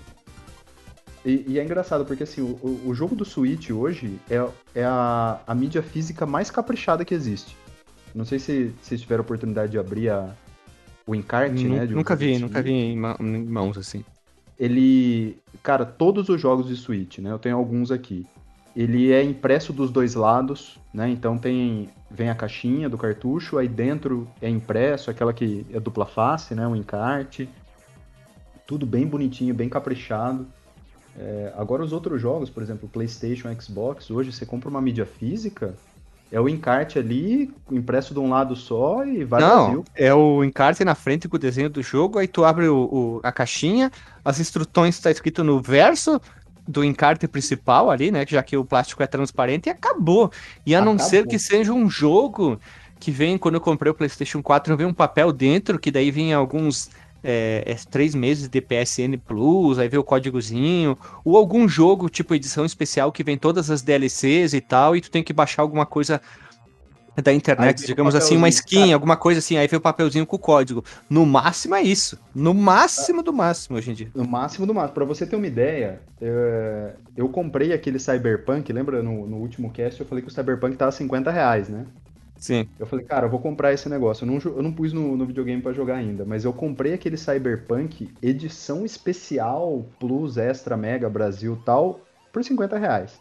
E, e é engraçado porque assim, o, o- o jogo do Switch hoje é, é a, a mídia física mais caprichada que existe. Não sei se vocês tiveram a oportunidade de abrir a, o encarte, Nu- né? de um nunca jogo vi, de nunca vi Switch. em, ma- em mãos assim. Ele, cara, todos os jogos de Switch, né? Eu tenho alguns aqui. Ele é impresso dos dois lados, né? Então tem vem a caixinha do cartucho, aí dentro é impresso aquela que é dupla face, né? O encarte. Tudo bem bonitinho, bem caprichado. É, agora os outros jogos, por exemplo, PlayStation, Xbox, hoje você compra uma mídia física, é o encarte ali, impresso de um lado só e vai Não, Brasil. é o encarte na frente com o desenho do jogo, aí tu abre o, o- a caixinha, as instruções tá escrito no verso do encarte principal ali, né? Já que o plástico é transparente e acabou. E a não Acabou. ser que seja um jogo que vem, quando eu comprei o PlayStation quatro, vem um papel dentro, que daí vem alguns é, é, três meses de P S N Plus, aí vem o códigozinho, ou algum jogo tipo edição especial que vem todas as D L Cs e tal, e tu tem que baixar alguma coisa da Aí internet, vem o digamos assim, uma papelzinho. skin, Cara, alguma coisa assim, aí vem o papelzinho com o código. No máximo é isso. No máximo do máximo hoje em dia. no máximo do máximo. Pra você ter uma ideia, é, eu comprei aquele Cyberpunk, lembra no, no último cast eu falei que o Cyberpunk tava cinquenta reais, né? Sim. Eu falei, cara, eu vou comprar esse negócio. Eu não, jo- eu não pus no, no videogame pra jogar ainda, mas eu comprei aquele Cyberpunk edição especial Plus Extra Mega Brasil tal por cinquenta reais.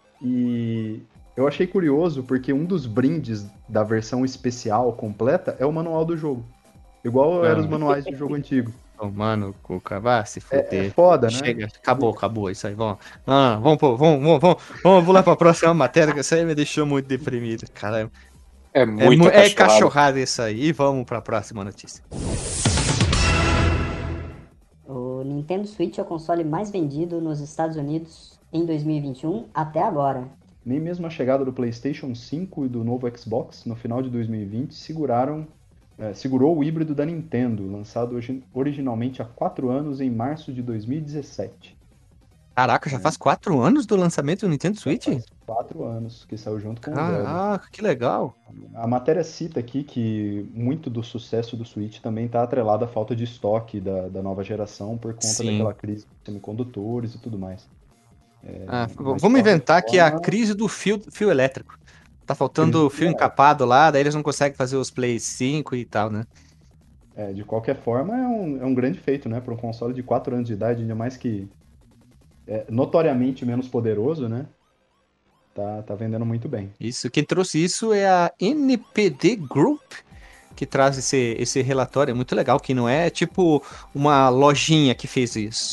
E eu achei curioso porque um dos brindes da versão especial completa é o manual do jogo. Igual eram os Ah. manuais do jogo antigo. Oh, mano, Cuca, vai se É, fuder. é foda, né? Chega, acabou, acabou isso aí. Vamos, ah, vamos, pô, vamos, vamos, vamos, vamos, vamos lá pra próxima matéria, que isso aí me deixou muito deprimido. Cara, É é, muita mu- é cachorrada. cachorrada isso aí. E vamos pra próxima notícia. O Nintendo Switch é o console mais vendido nos Estados Unidos em dois mil e vinte e um até agora. Nem mesmo a chegada do PlayStation cinco e do novo Xbox no final de dois mil e vinte seguraram, é, segurou o híbrido da Nintendo, lançado origi- originalmente há quatro anos em março de dois mil e dezessete. Caraca, já faz quatro anos do lançamento do Nintendo Switch? Faz quatro anos que saiu junto com o Zelda. Caraca, que legal. A matéria cita aqui que muito do sucesso do Switch também está atrelado à falta de estoque da, da nova geração por conta Sim. daquela crise de semicondutores e tudo mais. Ah, v- mas de vamos qualquer inventar que é a forma- crise do fio, fio elétrico. Tá faltando Crise do fio fio encapado lá, daí eles não conseguem fazer os Play cinco e tal, né? É, de qualquer forma, é um, é um grande feito, né? Para um console de quatro anos de idade, ainda mais que é notoriamente menos poderoso, né? Tá, tá vendendo muito bem. Isso, quem trouxe isso é a N P D Group, que traz esse, esse relatório, é muito legal, que não é tipo uma lojinha que fez isso.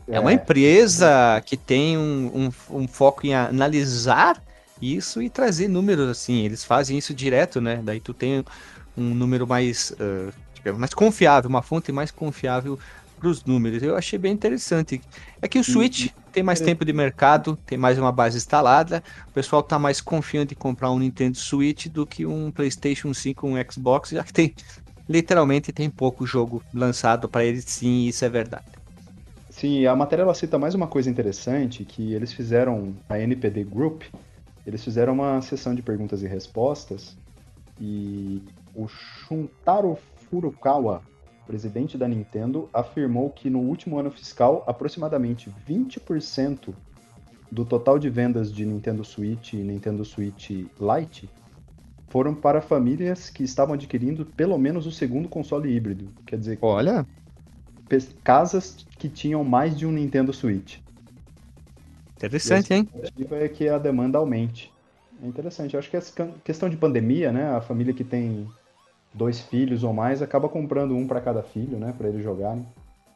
É uma empresa que tem um, um, um foco em analisar isso e trazer números assim. Eles fazem isso direto, né? Daí tu tem um número mais, uh, digamos, mais confiável, uma fonte mais confiável para os números. Eu achei bem interessante. É que o Switch tem mais tempo de mercado, tem mais uma base instalada. O pessoal tá mais confiante em comprar um Nintendo Switch do que um PlayStation cinco, um Xbox, já que tem literalmente tem pouco jogo lançado para eles, sim, isso é verdade. Sim, a matéria ela cita mais uma coisa interessante, que eles fizeram, a N P D Group, eles fizeram uma sessão de perguntas e respostas, e o Shuntaro Furukawa, presidente da Nintendo, afirmou que no último ano fiscal, aproximadamente vinte por cento do total de vendas de Nintendo Switch e Nintendo Switch Lite foram para famílias que estavam adquirindo pelo menos o segundo console híbrido. Quer dizer, olha, casas que tinham mais de um Nintendo Switch. Interessante, hein? A expectativa é que a demanda aumente. É interessante. Eu acho que essa questão de pandemia, né? A família que tem dois filhos ou mais acaba comprando um para cada filho, né? Para eles jogarem.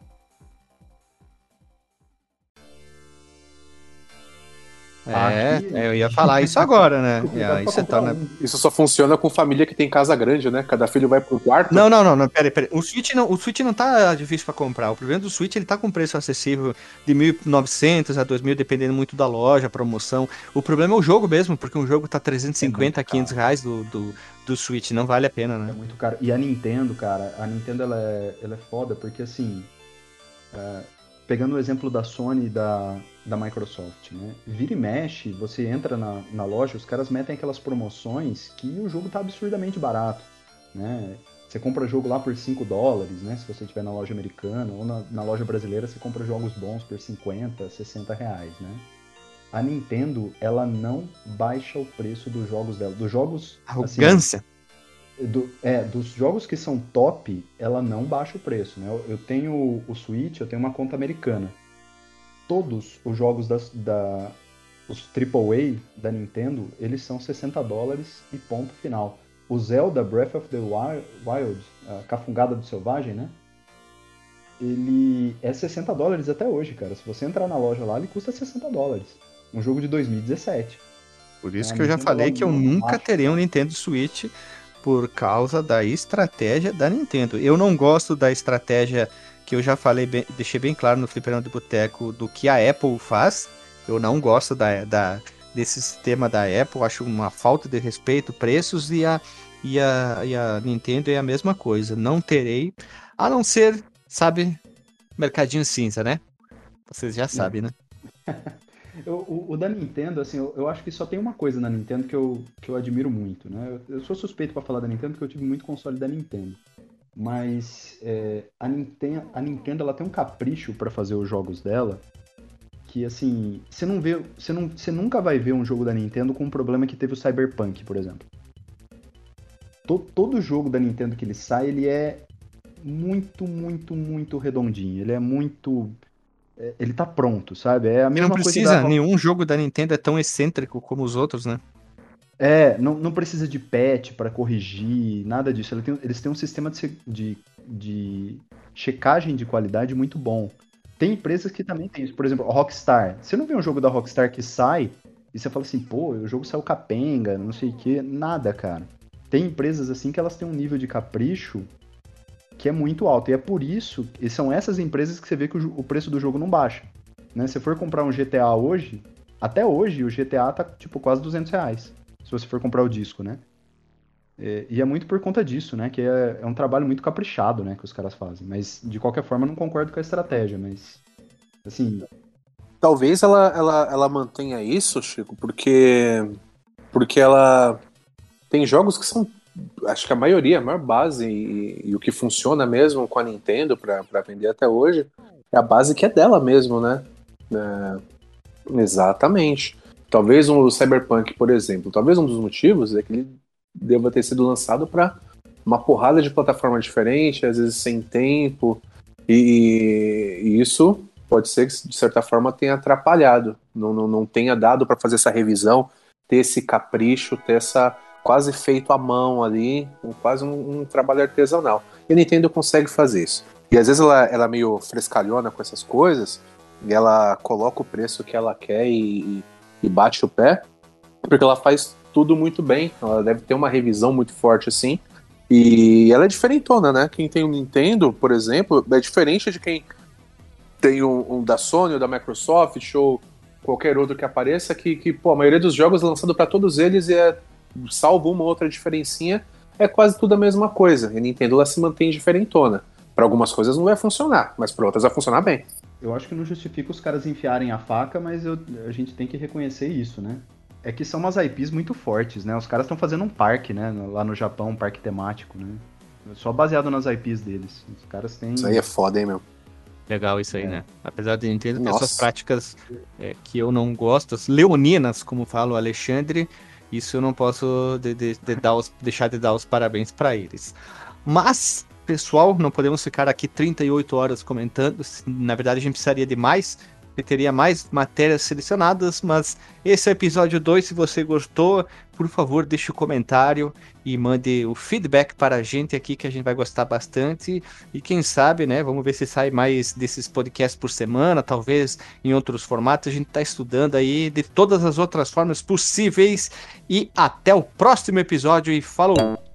É, Aqui, eu ia falar isso agora, né? É, isso, tá na... um. Isso só funciona com família que tem casa grande, né? Cada filho vai pro quarto. Não, não, não, não, peraí, peraí. O Switch não, o Switch não tá difícil pra comprar. O problema do Switch, ele tá com preço acessível de mil e novecentos a dois mil, dependendo muito da loja, promoção. O problema é o jogo mesmo, porque um jogo tá trezentos e cinquenta, é quinhentos reais do, do, do Switch, não vale a pena, né? É muito caro. E a Nintendo, cara, a Nintendo, ela é, ela é foda, porque assim... É... Pegando o exemplo da Sony e da, da Microsoft, né? Vira e mexe, você entra na, na loja, os caras metem aquelas promoções que o jogo tá absurdamente barato, né? Você compra jogo lá por cinco dólares, né? Se você estiver na loja americana, ou na, na loja brasileira você compra jogos bons por cinquenta, sessenta reais, né? A Nintendo, ela não baixa o preço dos jogos dela. Dos jogos... Arrogância! Assim, Do, é, dos jogos que são top, ela não baixa o preço, né? Eu, eu tenho o, o Switch, eu tenho uma conta americana. Todos os jogos das, da, os triplo A da Nintendo, eles são sessenta dólares e ponto final. O Zelda Breath of the Wild, a Cafungada do Selvagem, né? Ele é sessenta dólares até hoje, cara. Se você entrar na loja lá, ele custa sessenta dólares. Um jogo de dois mil e dezessete. Por isso é, que eu já falei que eu nunca baixa, terei um Nintendo Switch... por causa da estratégia da Nintendo. Eu não gosto da estratégia que eu já falei, bem, deixei bem claro no Fliperama de Boteco, do que a Apple faz. Eu não gosto da, da, desse sistema da Apple, acho uma falta de respeito, preços, e a, e, a, e a Nintendo é a mesma coisa. Não terei, a não ser, sabe, mercadinho cinza, né? Vocês já sabem, né? Eu, o, o da Nintendo, assim, eu, eu acho que só tem uma coisa na Nintendo que eu, que eu admiro muito, né? Eu, eu sou suspeito pra falar da Nintendo porque eu tive muito console da Nintendo. Mas é, a, Nintendo, a Nintendo, ela tem um capricho pra fazer os jogos dela que, assim, você não vê, você, não, você nunca vai ver um jogo da Nintendo com um problema que teve o Cyberpunk, por exemplo. Todo, todo jogo da Nintendo que ele sai, ele é muito, muito, muito redondinho. Ele é muito... Ele tá pronto, sabe? É a mesma não precisa, coisa da... nenhum jogo da Nintendo é tão excêntrico como os outros, né? É, não, não precisa de patch pra corrigir, nada disso. Eles têm, eles têm um sistema de, de, de checagem de qualidade muito bom. Tem empresas que também tem isso. Por exemplo, a Rockstar. Você não vê um jogo da Rockstar que sai e você fala assim, pô, o jogo saiu capenga, não sei o que. Nada, cara. Tem empresas assim que elas têm um nível de capricho que é muito alto. E é por isso, e são essas empresas que você vê que o, o preço do jogo não baixa. Né? Se você for comprar um G T A hoje, até hoje o G T A tá tipo quase duzentos reais. Se você for comprar o disco, né? É, e é muito por conta disso, né? Que é, é um trabalho muito caprichado, né? Que os caras fazem. Mas, de qualquer forma, eu não concordo com a estratégia, mas... Assim... Talvez ela, ela, ela mantenha isso, Chico, porque... Porque ela... Tem jogos que são... Acho que a maioria, a maior base e, e o que funciona mesmo com a Nintendo pra, pra vender até hoje é a base que é dela mesmo, né? É, exatamente. Talvez um Cyberpunk, por exemplo, talvez um dos motivos é que ele deva ter sido lançado para uma porrada de plataforma diferente, às vezes sem tempo, e, e isso pode ser que de certa forma tenha atrapalhado, não, não, não tenha dado para fazer essa revisão, ter esse capricho, ter essa quase feito à mão ali, quase um, um trabalho artesanal. E a Nintendo consegue fazer isso. E às vezes ela, ela é meio frescalhona com essas coisas, e ela coloca o preço que ela quer e, e bate o pé, porque ela faz tudo muito bem. Ela deve ter uma revisão muito forte assim. E ela é diferentona, né? Quem tem um Nintendo, por exemplo, é diferente de quem tem um, um da Sony ou da Microsoft ou qualquer outro que apareça, que, que pô, a maioria dos jogos é lançado para todos eles e é, salvo uma ou outra diferencinha, é quase tudo a mesma coisa. E a Nintendo ela se mantém diferentona. Para algumas coisas não vai funcionar, mas para outras vai funcionar bem. Eu acho que não justifica os caras enfiarem a faca, mas eu, a gente tem que reconhecer isso, né? É que são umas I Ps muito fortes, né? Os caras estão fazendo um parque, né? Lá no Japão, um parque temático, né? Só baseado nas I Ps deles. Os caras têm... Isso aí é foda, hein, meu? Legal isso aí, É. né? Apesar de Nintendo ter Nossa. essas práticas é, que eu não gosto, as leoninas, como fala o Alexandre, isso eu não posso de, de, de dar os, deixar de dar os parabéns para eles. Mas, pessoal, não podemos ficar aqui trinta e oito horas comentando. Na verdade, a gente precisaria de mais, teria mais matérias selecionadas, mas esse é o episódio dois. Se você gostou, por favor, deixe o comentário e mande o feedback para a gente aqui, que a gente vai gostar bastante. E quem sabe, né, vamos ver se sai mais desses podcasts por semana, talvez em outros formatos. A gente está estudando aí de todas as outras formas possíveis. E até o próximo episódio e falou!